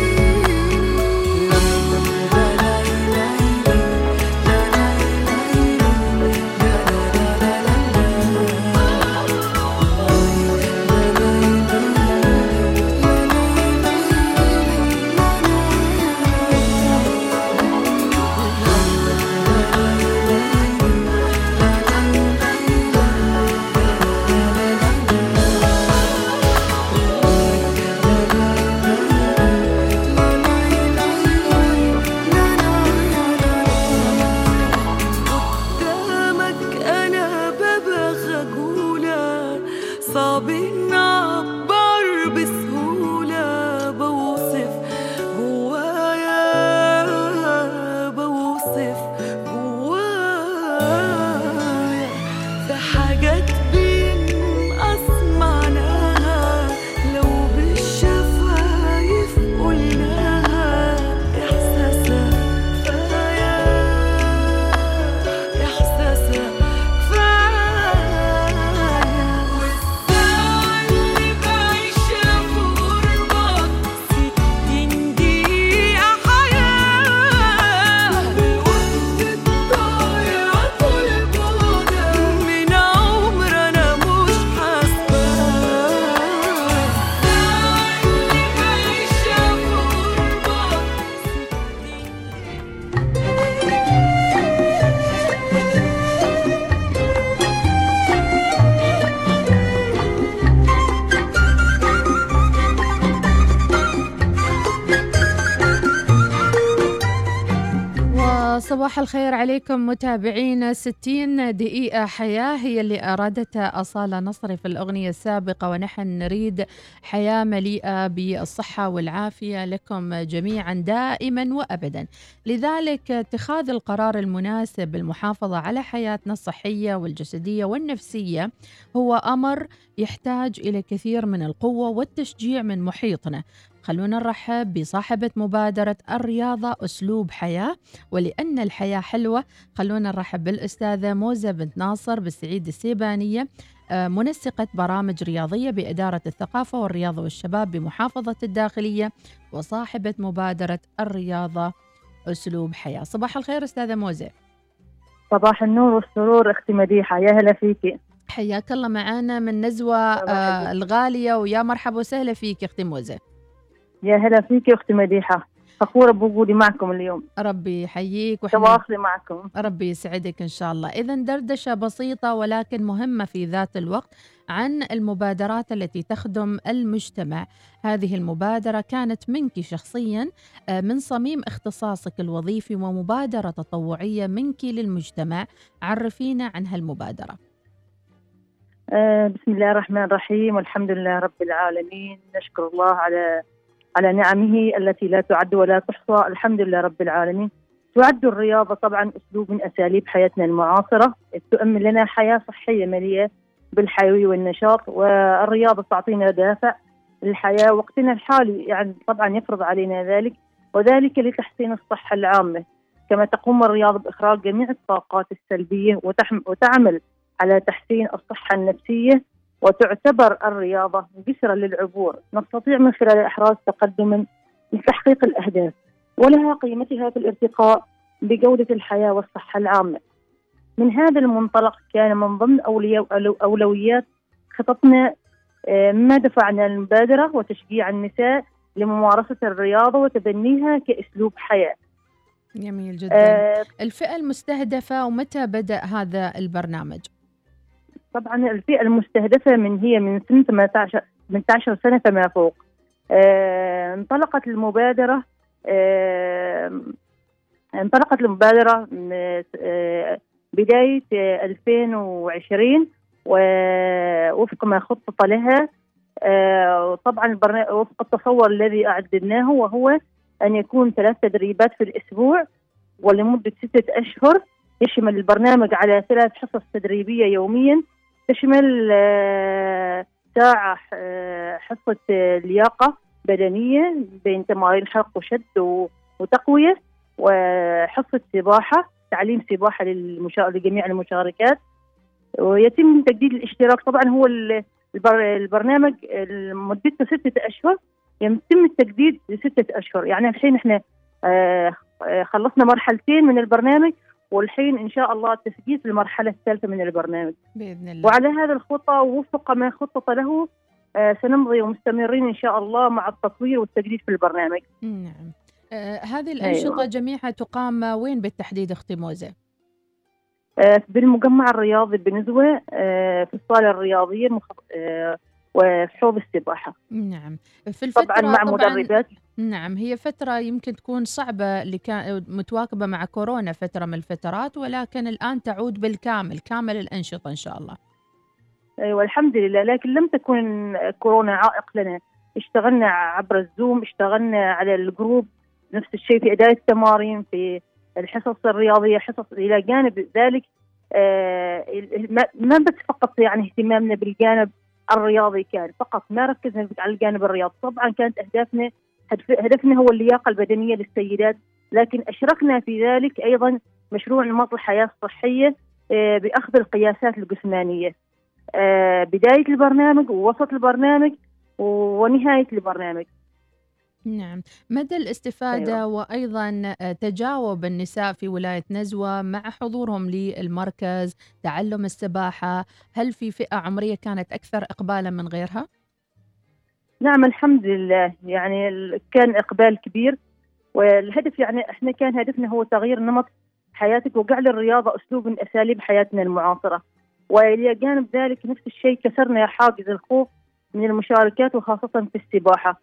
قدامك أنا ببقى خجولة، صعب إن أعبر بسهولة، بوصف جوايا، بوصف جوايا في حاجات بينقص معناها لو بالشفايف قلناها، إحساسها كفاية، إحساسها كفاية. والساعة اللي بعيشها في غربك 60 دقيقة حياة، والوقت الضايع طول بعدك من عمر أنا مش حاسباه. الساعة اللي بعيشها في غربك 60. وصباح الخير عليكم متابعينا. 60 دقيقة حياة هي اللي أرادتها أصالة نصري في الأغنية السابقة، ونحن نريد حياة مليئة بالصحة والعافية لكم جميعا دائما وأبدا. لذلك اتخاذ القرار المناسب بالمحافظة على حياتنا الصحية والجسدية والنفسية هو أمر يحتاج إلى كثير من القوة والتشجيع من محيطنا. خلونا نرحب بصاحبة مبادرة الرياضة أسلوب حياة، ولأن الحياة حلوة خلونا نرحب بالأستاذة موزة بنت ناصر بالسعيد السيبانية، منسقة برامج رياضية بإدارة الثقافة والرياضة والشباب بمحافظة الداخلية، وصاحبة مبادرة الرياضة أسلوب حياة. صباح الخير أستاذة موزة. صباح النور والسرور أختي مديحة، يا هلا فيكي. حياك الله معانا من نزوة الغالية، ويا مرحبا وسهلا فيك أختي موزة. يا هلا فيكي أختي مديحة، فخورة بوجودي معكم اليوم. ربي يحييك تواصلي معكم. ربي يسعدك إن شاء الله. إذن دردشة بسيطة ولكن مهمة في ذات الوقت عن المبادرات التي تخدم المجتمع. هذه المبادرة كانت منك شخصيا من صميم اختصاصك الوظيفي ومبادرة تطوعية منك للمجتمع. عرفينا عن هالمبادرة. بسم الله الرحمن الرحيم، والحمد لله رب العالمين، نشكر الله على نعمه التي لا تعد ولا تحصى. الحمد لله رب العالمين. تعد الرياضة طبعا أسلوب من أساليب حياتنا المعاصرة، تؤمن لنا حياة صحية مليئة بالحيوية والنشاط، والرياضة تعطينا دافع للحياة وقتنا الحالي، يعني طبعا يفرض علينا ذلك، وذلك لتحسين الصحة العامة. كما تقوم الرياضة بإخراج جميع الطاقات السلبية وتعمل على تحسين الصحة النفسية، وتعتبر الرياضة جسرا للعبور نستطيع من خلال إحراز تقدما لتحقيق الأهداف، ولها قيمتها في الارتقاء بجودة الحياة والصحة العامة. من هذا المنطلق كان من ضمن أولويات خططنا ما دفعنا المبادرة وتشجيع النساء لممارسة الرياضة وتبنيها كأسلوب حياة. جميل جدا. الفئة المستهدفة ومتى بدأ هذا البرنامج؟ طبعا الفئة المستهدفة من سن 18 سنة فما فوق. انطلقت المبادرة بداية 2020 ووفق ما خطط لها. طبعا وفق التصور الذي أعدناه، وهو أن يكون 3 تدريبات في الأسبوع ولمدة 6 أشهر، يشمل البرنامج على 3 حصص تدريبية يوميا، تشمل ساعة حصة لياقة بدنية بين تمارين حرق وشد وتقوية، وحصة سباحة، تعليم سباحة لجميع المشاركات. ويتم تجديد الاشتراك. طبعا هو البرنامج مدته 6 أشهر، يتم التجديد ل6 أشهر. يعني الحين احنا خلصنا مرحلتين من البرنامج، والحين إن شاء الله التسجيل في المرحلة الثالثة من البرنامج بإذن الله. وعلى هذا الخطى ووفق ما خطط له سنمضي ومستمرين إن شاء الله مع التطوير والتجديد في البرنامج. نعم. هذه الأنشطة جميعها تقام وين بالتحديد أختي موزة؟ بالمجمع الرياضي بنزوة، في الصالة الرياضية وفي حوض السباحة. نعم. في الفترة طبعا مع مدربات. نعم، هي فترة يمكن تكون صعبة متواكبة مع كورونا فترة من الفترات، ولكن الآن تعود بالكامل كامل الأنشطة إن شاء الله. أيوة الحمد لله، لكن لم تكن كورونا عائق لنا. اشتغلنا عبر الزوم، اشتغلنا على الجروب، نفس الشيء في أداء التمارين، في الحصص الرياضية، حصص إلى جانب ذلك. ما بس فقط يعني اهتمامنا بالجانب الرياضي كان فقط، ما ركزنا على الجانب الرياضي. طبعا كانت هدفنا هو اللياقة البدنية للسيدات، لكن أشركنا في ذلك أيضا مشروع نمط الحياة الصحية بأخذ القياسات الجسمانية، بداية البرنامج ووسط البرنامج ونهاية البرنامج. نعم. مدى الاستفادة أيوة. وأيضا تجاوب النساء في ولاية نزوة مع حضورهم للمركز تعلم السباحة، هل في فئة عمرية كانت أكثر إقبالا من غيرها؟ نعم الحمد لله، يعني كان إقبال كبير. والهدف يعني احنا كان هدفنا هو تغيير نمط حياتك وجعل الرياضة أسلوب من أساليب حياتنا المعاصرة. وإلى جانب ذلك نفس الشيء كسرنا حاجز الخوف من المشاركات وخاصة في السباحة.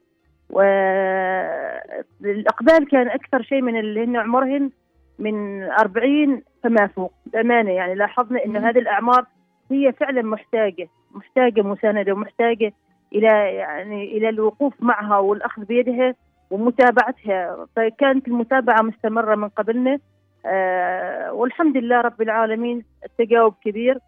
والإقبال كان أكثر شيء من اللي هن عمرهن من 40 فما فوق. بأمانة يعني لاحظنا إن هذه الأعمار هي فعلا محتاجة مساندة، ومحتاجة إلى الوقوف معها والأخذ بيدها ومتابعتها. فكانت المتابعة مستمرة من قبلنا، والحمد لله رب العالمين التجاوب كبير،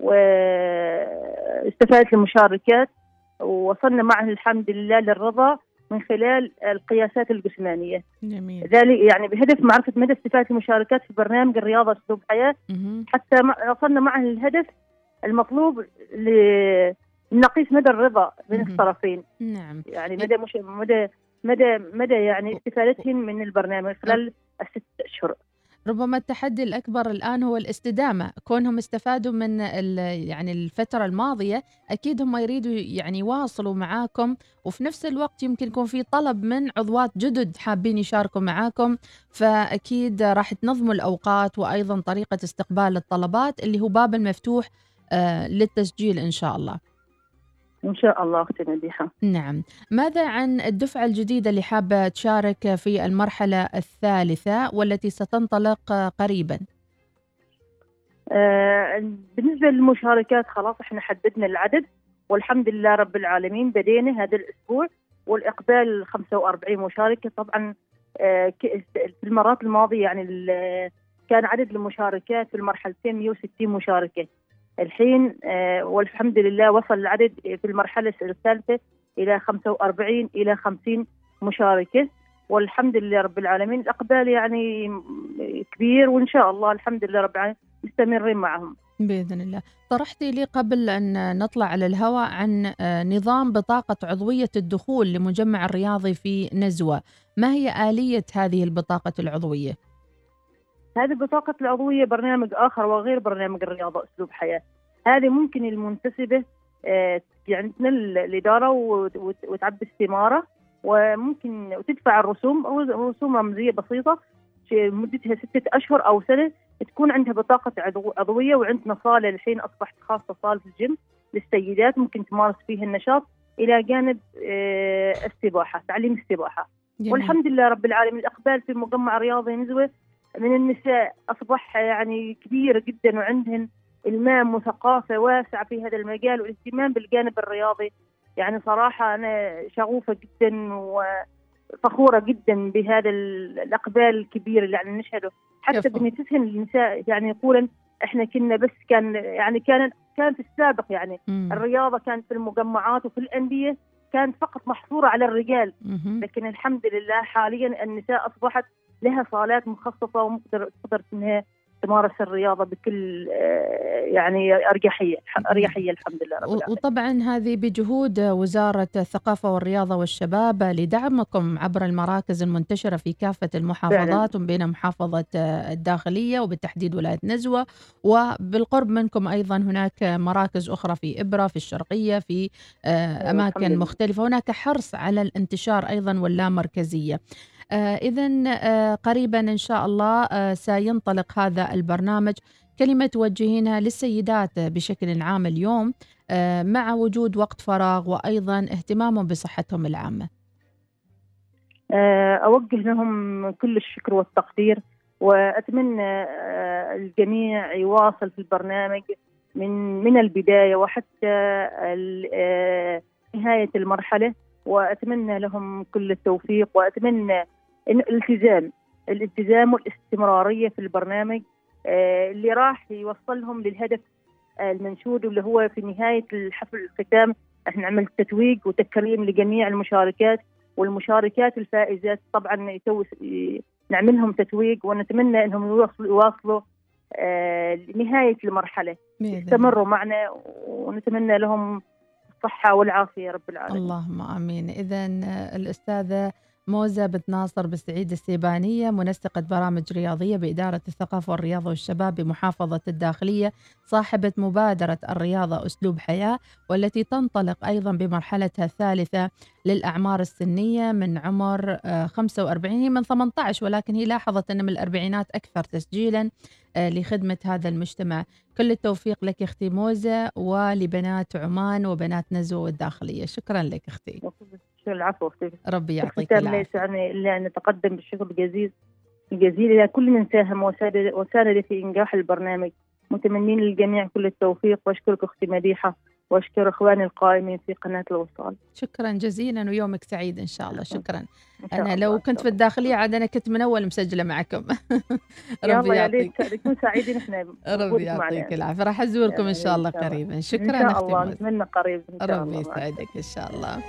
واستفادت المشاركات، ووصلنا معه الحمد لله للرضا من خلال القياسات الجسمانية. جميل. ذلك يعني بهدف معرفة مدى استفادة المشاركات في برنامج الرياضة أسلوب حياة، حتى وصلنا معه الهدف المطلوب لنقيس مدى الرضا بين الطرفين. نعم. يعني مدى يعني استفادتهم من البرنامج خلال ال6 أشهر. ربما التحدي الأكبر الآن هو الاستدامة، كونهم استفادوا من يعني الفترة الماضية، أكيد هم يريدوا يعني يواصلوا معاكم، وفي نفس الوقت يمكن يكون في طلب من عضوات جدد حابين يشاركوا معاكم، فأكيد راح تنظموا الأوقات وأيضا طريقة استقبال الطلبات اللي هو باب المفتوح للتسجيل إن شاء الله. إن شاء الله أختي مديحة. نعم. ماذا عن الدفعة الجديدة اللي حابة تشارك في المرحلة الثالثة والتي ستنطلق قريبا؟ بالنسبة للمشاركات خلاص احنا حددنا العدد، والحمد لله رب العالمين بدينا هذا الأسبوع، والإقبال 45 مشاركة. طبعا في المرات الماضية يعني كان عدد المشاركات في المرحلتين 160 مشاركة. الحين والحمد لله وصل العدد في المرحلة الثالثة إلى 45 إلى 50 مشاركة، والحمد لله رب العالمين الإقبال يعني كبير، وإن شاء الله الحمد لله رب العالمين مستمرين معهم بإذن الله. طرحتي لي قبل أن نطلع على الهواء عن نظام بطاقة عضوية الدخول لمجمع الرياضي في نزوة، ما هي آلية هذه البطاقة العضوية؟ هذه بطاقة العضوية برنامج آخر وغير برنامج الرياضة أسلوب حياة. هذه ممكن المنتسبة يعني تنل الإدارة وتعبي استمارة، وممكن وتدفع الرسوم أو رسوم رمزية بسيطة مدتها 6 أشهر أو سنة، تكون عندها بطاقة عضوية. وعندنا صالة الحين أصبحت خاصة، صالة الجيم للسيدات ممكن تمارس فيها النشاط إلى جانب السباحة، تعليم السباحة. جميل. والحمد لله رب العالمين الإقبال في مجمع رياضي نزوة من النساء أصبح يعني كبير جدا، وعندهن إلمام وثقافة واسعة في هذا المجال والاهتمام بالجانب الرياضي. يعني صراحة أنا شغوفة جدا فخورة جدا بهذا الإقبال الكبير اللي يعني نشهده، حتى بنتسهم النساء يعني يقولن إحنا كنا بس كان في السابق يعني الرياضة كانت في المجمعات وفي الأندية كانت فقط محصورة على الرجال، لكن الحمد لله حاليا النساء أصبحت لها صالات مخصصة وتقدر إنها تمارس الرياضة بكل يعني أريحية الحمد لله رب العالمين. وطبعا هذه بجهود وزارة الثقافة والرياضة والشباب لدعمكم عبر المراكز المنتشرة في كافة المحافظات وبين محافظة الداخلية وبالتحديد ولاية نزوة، وبالقرب منكم أيضا هناك مراكز أخرى في إبرة في الشرقية في أماكن مختلفة. هناك حرص على الانتشار أيضا واللامركزية. إذن قريبا إن شاء الله سينطلق هذا البرنامج. كلمة توجهينها للسيدات بشكل عام اليوم مع وجود وقت فراغ وأيضا اهتمامهم بصحتهم العامة؟ أوجه لهم كل الشكر والتقدير، وأتمنى الجميع يواصل في البرنامج من البداية وحتى نهاية المرحلة، وأتمنى لهم كل التوفيق، وأتمنى الالتزام والاستمرارية في البرنامج اللي راح يوصلهم للهدف المنشود، واللي هو في نهاية الحفل الختام احنا نعمل تتويج وتكريم لجميع المشاركات، والمشاركات الفائزات طبعا نعملهم تتويج، ونتمنى انهم يواصلوا لنهاية المرحلة، يستمروا معنا، ونتمنى لهم الصحة والعافية يا رب العالمين. اللهم آمين. إذن الأستاذة موزة بنت ناصر بالسعيد السيبانية، منسقة برامج رياضية بإدارة الثقافة والرياضة والشباب بمحافظة الداخلية، صاحبة مبادرة الرياضة أسلوب حياة، والتي تنطلق أيضا بمرحلتها الثالثة للأعمار السنية من عمر 45، هي من 18 ولكن هي لاحظت أن من الأربعينات أكثر تسجيلا لخدمة هذا المجتمع. كل التوفيق لك أختي موزة ولبنات عمان وبنات نزوة والداخلية. شكرا لك أختي. العفو أختي، ربي يعطيك العافية. يعني إلا أن نتقدم بالشكر الجزيل إلى كل من ساهم وساند في إنجاح البرنامج، متمنين للجميع كل التوفيق. وأشكرك أختي مديحة، وأشكر إخواني القائمين في قناة الوصال. شكرا جزيلا ويومك سعيد إن شاء الله. شكرا. أنا لو كنت في الداخلية عاد أنا كنت من أول مسجلة معكم. ربي يعطيك، نكون سعيدين إحنا. ربي يعطيك العافية. راح أزوركم إن شاء الله قريبا. شكرا إن شاء الله، نتمنى قريب إن شاء الله. ربي يسعدك إن شاء الله.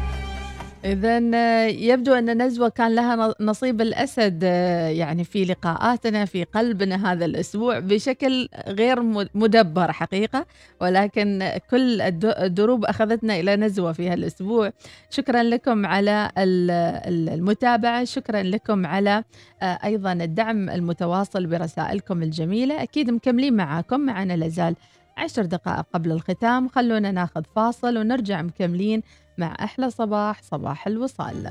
إذن يبدو أن نزوة كان لها نصيب الأسد يعني في لقاءاتنا في قلبنا هذا الأسبوع بشكل غير مدبر حقيقة، ولكن كل الدروب أخذتنا إلى نزوة في هالأسبوع. شكرا لكم على المتابعة، شكرا لكم على أيضا الدعم المتواصل برسائلكم الجميلة. أكيد مكملين معاكم، معنا لازال 10 دقائق قبل الختام. خلونا ناخذ فاصل ونرجع مكملين مع أحلى صباح، صباح الوصال.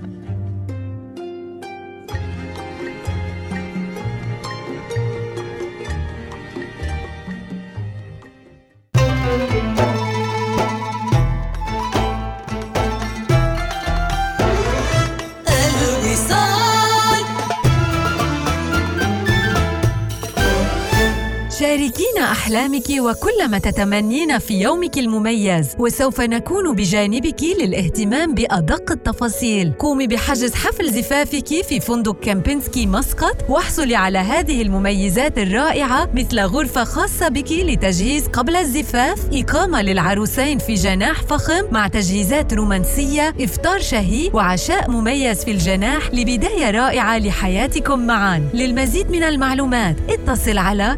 شاركينا أحلامك وكل ما تتمنين في يومك المميز، وسوف نكون بجانبك للاهتمام بأدق التفاصيل. قومي بحجز حفل زفافك في فندق كامبينسكي مسقط، واحصلي على هذه المميزات الرائعة مثل غرفة خاصة بك لتجهيز قبل الزفاف، إقامة للعروسين في جناح فخم مع تجهيزات رومانسية، إفطار شهي وعشاء مميز في الجناح لبداية رائعة لحياتكم معا. للمزيد من المعلومات اتصل على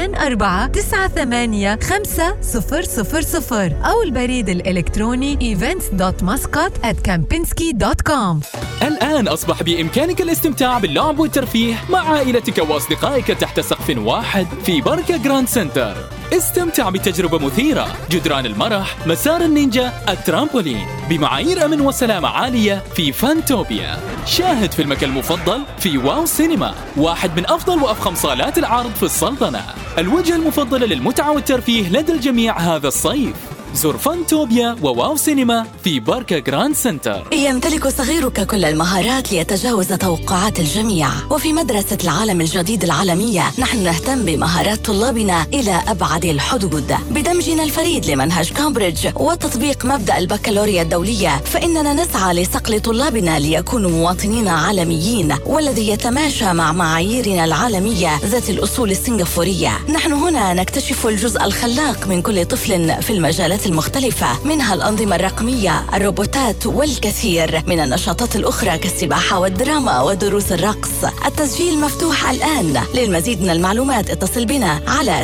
24-98-5000 أو البريد الإلكتروني events.muscat@kempinski.com. الآن أصبح بإمكانك الاستمتاع باللعب والترفيه مع عائلتك وأصدقائك تحت سقف واحد في بركة جراند سنتر. استمتع بتجربة مثيرة، جدران المرح، مسار النينجا، الترامبولين بمعايير أمن وسلامة عالية في فانتوبيا. شاهد فيلمك المفضل في واو سينما، واحد من أفضل وأفخم صالات العرض في السلطنة، الوجهة المفضلة للمتعة والترفيه لدى الجميع هذا الصيف. زر فانتوبيا وواو سينما في باركا جراند سنتر. يمتلك صغيرك كل المهارات ليتجاوز توقعات الجميع، وفي مدرسة العالم الجديد العالمية نحن نهتم بمهارات طلابنا إلى أبعد الحدود. بدمجنا الفريد لمنهج كامبريدج وتطبيق مبدأ البكالوريا الدولية، فإننا نسعى لصقل طلابنا ليكونوا مواطنين عالميين، والذي يتماشى مع معاييرنا العالمية ذات الأصول السنغافورية. نحن هنا نكتشف الجزء الخلاق من كل طفل في المجالات المختلفة، منها الأنظمة الرقمية، الروبوتات والكثير من النشاطات الأخرى كالسباحة والدراما ودروس الرقص. التسجيل مفتوح الآن. للمزيد من المعلومات اتصل بنا على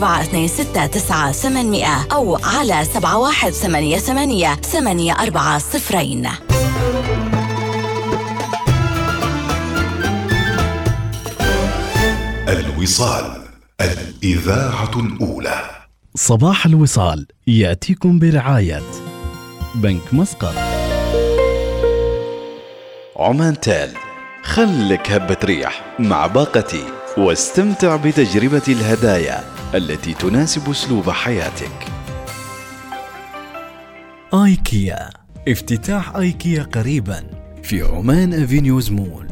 24269800 أو على 7188-840. الوصال، الإذاعة الأولى. صباح الوصال يأتيكم برعاية بنك مسقط، عمان تال. خلك هبة ريح مع باقتي واستمتع بتجربة الهدايا التي تناسب أسلوب حياتك. آيكيا، افتتاح آيكيا قريبا في عمان أفينيوز مول.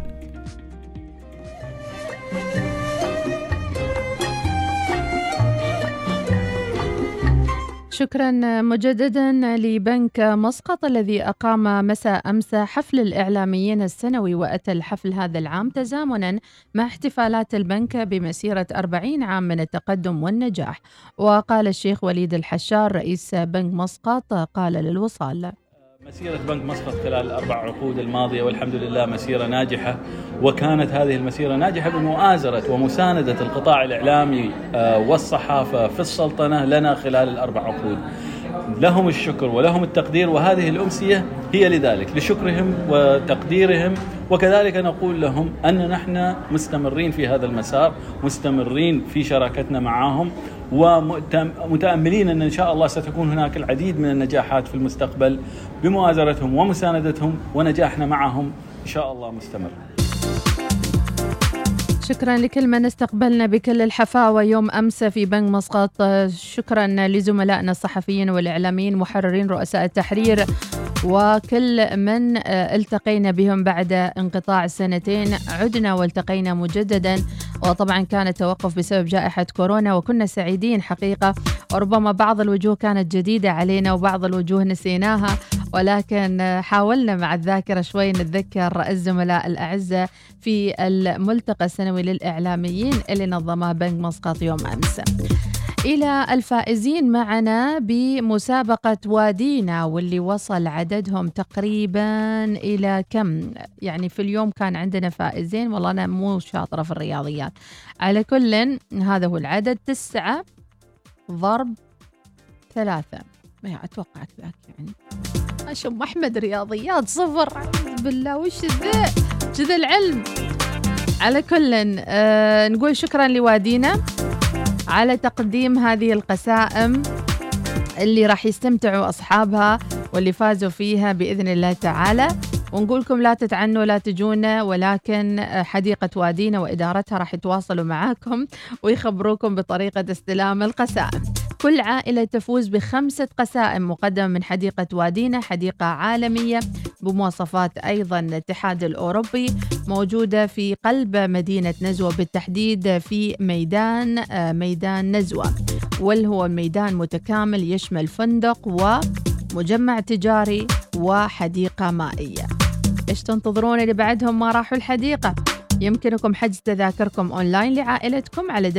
شكرا مجددا لبنك مسقط الذي أقام مساء أمس حفل الإعلاميين السنوي، وأتى الحفل هذا العام تزامنا مع احتفالات البنك بمسيرة 40 عام من التقدم والنجاح. وقال الشيخ وليد الحشار رئيس بنك مسقط قال للوصال: مسيرة بنك مسقط خلال الأربع عقود الماضية والحمد لله مسيرة ناجحة، وكانت هذه المسيرة ناجحة بمؤازرة ومساندة القطاع الإعلامي والصحافة في السلطنة لنا خلال الأربع عقود. لهم الشكر ولهم التقدير، وهذه الأمسية هي لذلك، لشكرهم وتقديرهم. وكذلك نقول لهم أن نحن مستمرين في هذا المسار، مستمرين في شراكتنا معهم، ومتأملين أن إن شاء الله ستكون هناك العديد من النجاحات في المستقبل بمؤازرتهم ومساندتهم، ونجاحنا معهم إن شاء الله مستمر. شكرا لكل من استقبلنا بكل الحفاوة يوم أمس في بنك مسقط. شكرا لزملائنا الصحفيين والإعلاميين، محررين، رؤساء التحرير، وكل من التقينا بهم بعد انقطاع سنتين. عدنا والتقينا مجددا، وطبعا كان التوقف بسبب جائحة كورونا، وكنا سعيدين حقيقة. وربما بعض الوجوه كانت جديدة علينا وبعض الوجوه نسيناها، ولكن حاولنا مع الذاكرة شوي نتذكر الزملاء الأعزة في الملتقى السنوي للإعلاميين اللي نظمه بنك مسقط يوم أمس. إلى الفائزين معنا بمسابقة وادينا، واللي وصل عددهم تقريبا إلى كم؟ يعني في اليوم كان عندنا فائزين، والله أنا مو شاطرة في الرياضيات. على كل هذا هو العدد، 9 ضرب 3. أتوقع ذاك يعني أشم أحمد رياضيات 0. بالله وش ذا العلم. على كل نقول شكرا لوادينا على تقديم هذه القسائم اللي راح يستمتعوا أصحابها واللي فازوا فيها بإذن الله تعالى. ونقولكم لا تتعنوا لا تجونا، ولكن حديقة وادينا وإدارتها راح يتواصلوا معاكم ويخبروكم بطريقة استلام القسائم. كل عائلة تفوز ب5 قسائم مقدمة من حديقة وادينا، حديقة عالمية بمواصفات أيضا الاتحاد الأوروبي، موجودة في قلب مدينة نزوة، بالتحديد في ميدان نزوة، واللي هو ميدان متكامل يشمل فندق ومجمع تجاري وحديقة مائية. إيش تنتظرون اللي بعدهم ما راحوا الحديقة؟ يمكنكم حجز تذاكركم أونلاين لعائلتكم على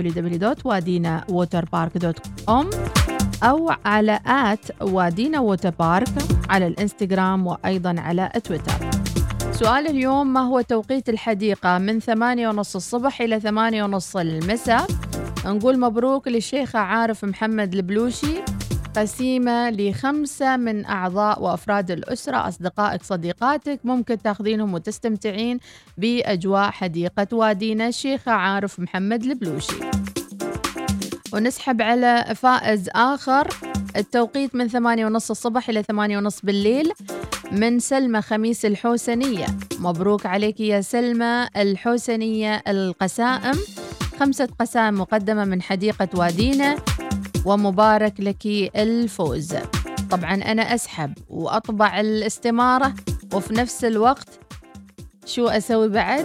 www.wadinawaterpark.com أو على @wadinawaterpark على الإنستغرام وأيضا على تويتر. سؤال اليوم: ما هو توقيت الحديقة من 8:30 الصبح إلى 8:30 المساء؟ نقول مبروك للشيخة عارف محمد البلوشي، قسيمة ل5 من أعضاء وأفراد الأسرة، أصدقائك صديقاتك، ممكن تاخذينهم وتستمتعين بأجواء حديقة وادينا. الشيخة عارف محمد البلوشي. ونسحب على فائز آخر، التوقيت من 8:30 الصبح إلى 8:30 بالليل، من سلمى خميس الحوسنية. مبروك عليك يا سلمى الحوسنية القسائم، 5 قسائم مقدمة من حديقة وادينا ومبارك لك الفوز. طبعا أنا أسحب وأطبع الاستمارة وفي نفس الوقت شو أسوي بعد؟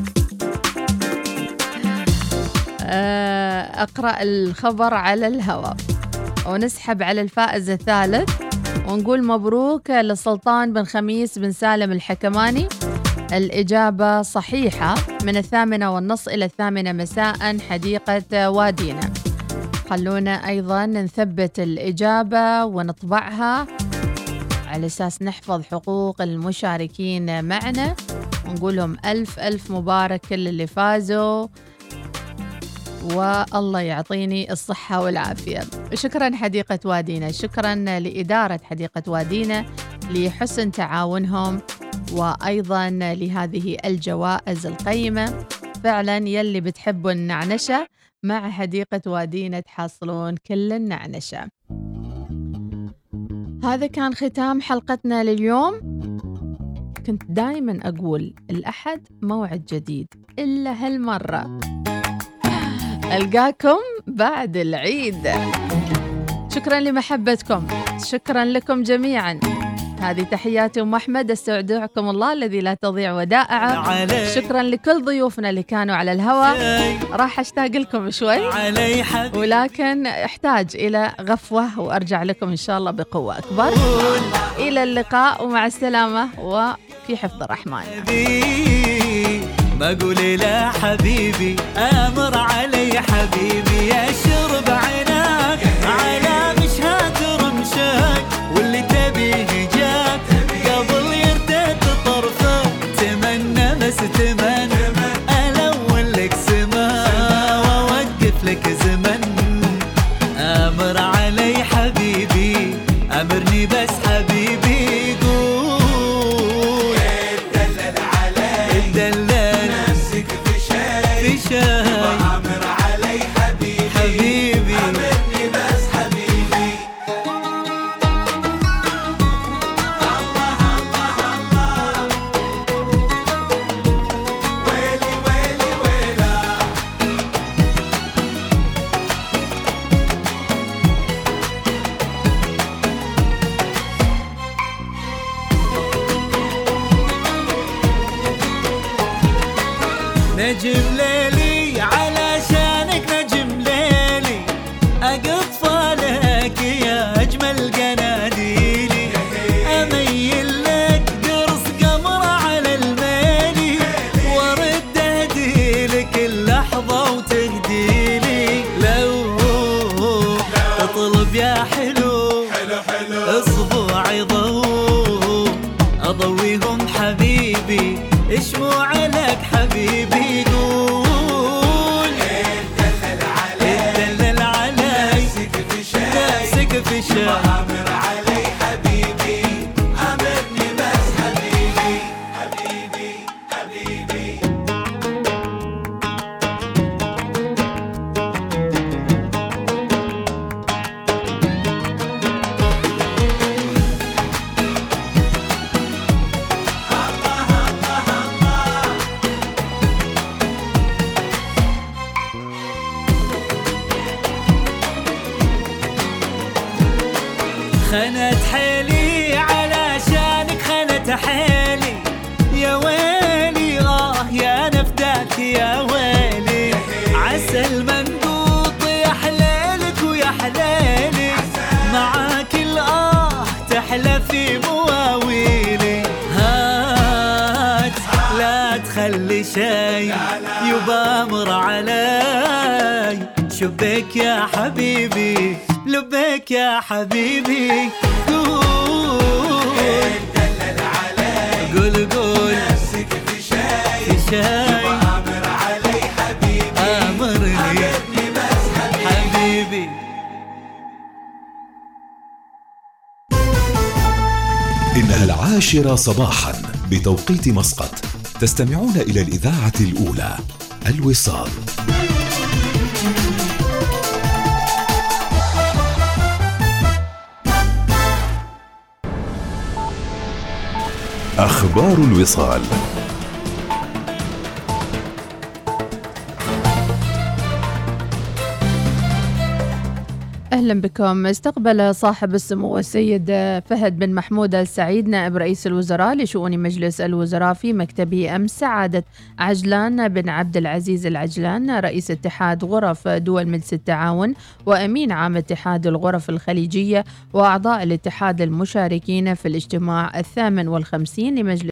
أقرأ الخبر على الهواء ونسحب على الفائز الثالث ونقول مبروك لسلطان بن خميس بن سالم الحكماني. الإجابة صحيحة، من 8:30 إلى 8 مساء حديقة وادينا. خلونا أيضا نثبت الإجابة ونطبعها على أساس نحفظ حقوق المشاركين معنا، ونقول لهم ألف ألف مبارك كل اللي فازوا، والله يعطيني الصحة والعافية. شكرا حديقة وادينا، شكرا لإدارة حديقة وادينا لحسن تعاونهم، وأيضا لهذه الجوائز القيمة. فعلا يلي بتحبوا النعنشة مع حديقة وادينا تحصلون كل النعنشة. هذا كان ختام حلقتنا لليوم. كنت دايما أقول الأحد موعد جديد، إلا هالمرة ألقاكم بعد العيد. شكرا لمحبتكم، شكرا لكم جميعا. هذه تحياتي أم أحمد، استودعكم الله الذي لا تضيع ودائعه. شكرا لكل ضيوفنا اللي كانوا على الهواء. راح أشتاق لكم شوي، ولكن احتاج إلى غفوة وأرجع لكم إن شاء الله بقوة أكبر. إلى اللقاء ومع السلامة وفي حفظ الرحمن. ما قولي لا حبيبي، أمر علي حبيبي، أشرب عناك على مشهات رمشاك، واللي تبيه جاك قبل يرتد طرفه، تمنى بس تمنى ألون لك سما وأوقف لك زمن. أمر علي حبيبي، أمرني بس حبيبي، قول اتدلل علي اتدلل نفسك في شاي، وأمر علي حبيبي أمرني بس حبيبي. الله الله الله، ويلي ويلي ويلا. نجم ليلي علشانك نجم ليلي، أقف لك يا أجمل قناديلي، أميل لك قرص قمر على الميلي، وارد أهديلك اللحظة وتهديلي. لو تطلب يا حلو اصبعي ضوء أضويهم حبيبي، اشموع لك حبيبي، قول اتدلل علي نفسك في شاي، وأمر علي حبيبي، أمرني بس حبيبي حبيبي حبيبي. خنت حيلي علشانك، خنت حيلي يا ويلي، يا نفداك يا ويلي، عسل منقوط يا حليلك ويا حليلي، معاك تحلى في مواويلي. هات لا تخلي شي يبا أمر علي، شبك يا حبيبي لبيك يا حبيبي، قول اتدلل علي، قول نفسك في شاي، وأمر علي حبيبي، أمرني بس حبيبي. إنها 10 صباحا بتوقيت مسقط. تستمعون إلى الإذاعة الأولى الوصال. أخبار الوصال. أهلا أهلا بكم. استقبل صاحب السمو السيد فهد بن محمود السعيد نائب رئيس الوزراء لشؤون مجلس الوزراء في مكتبه أمس سعادة عجلان بن عبد العزيز العجلان رئيس اتحاد غرف دول مجلس التعاون وأمين عام اتحاد الغرف الخليجية وأعضاء الاتحاد المشاركين في الاجتماع 58 لمجلس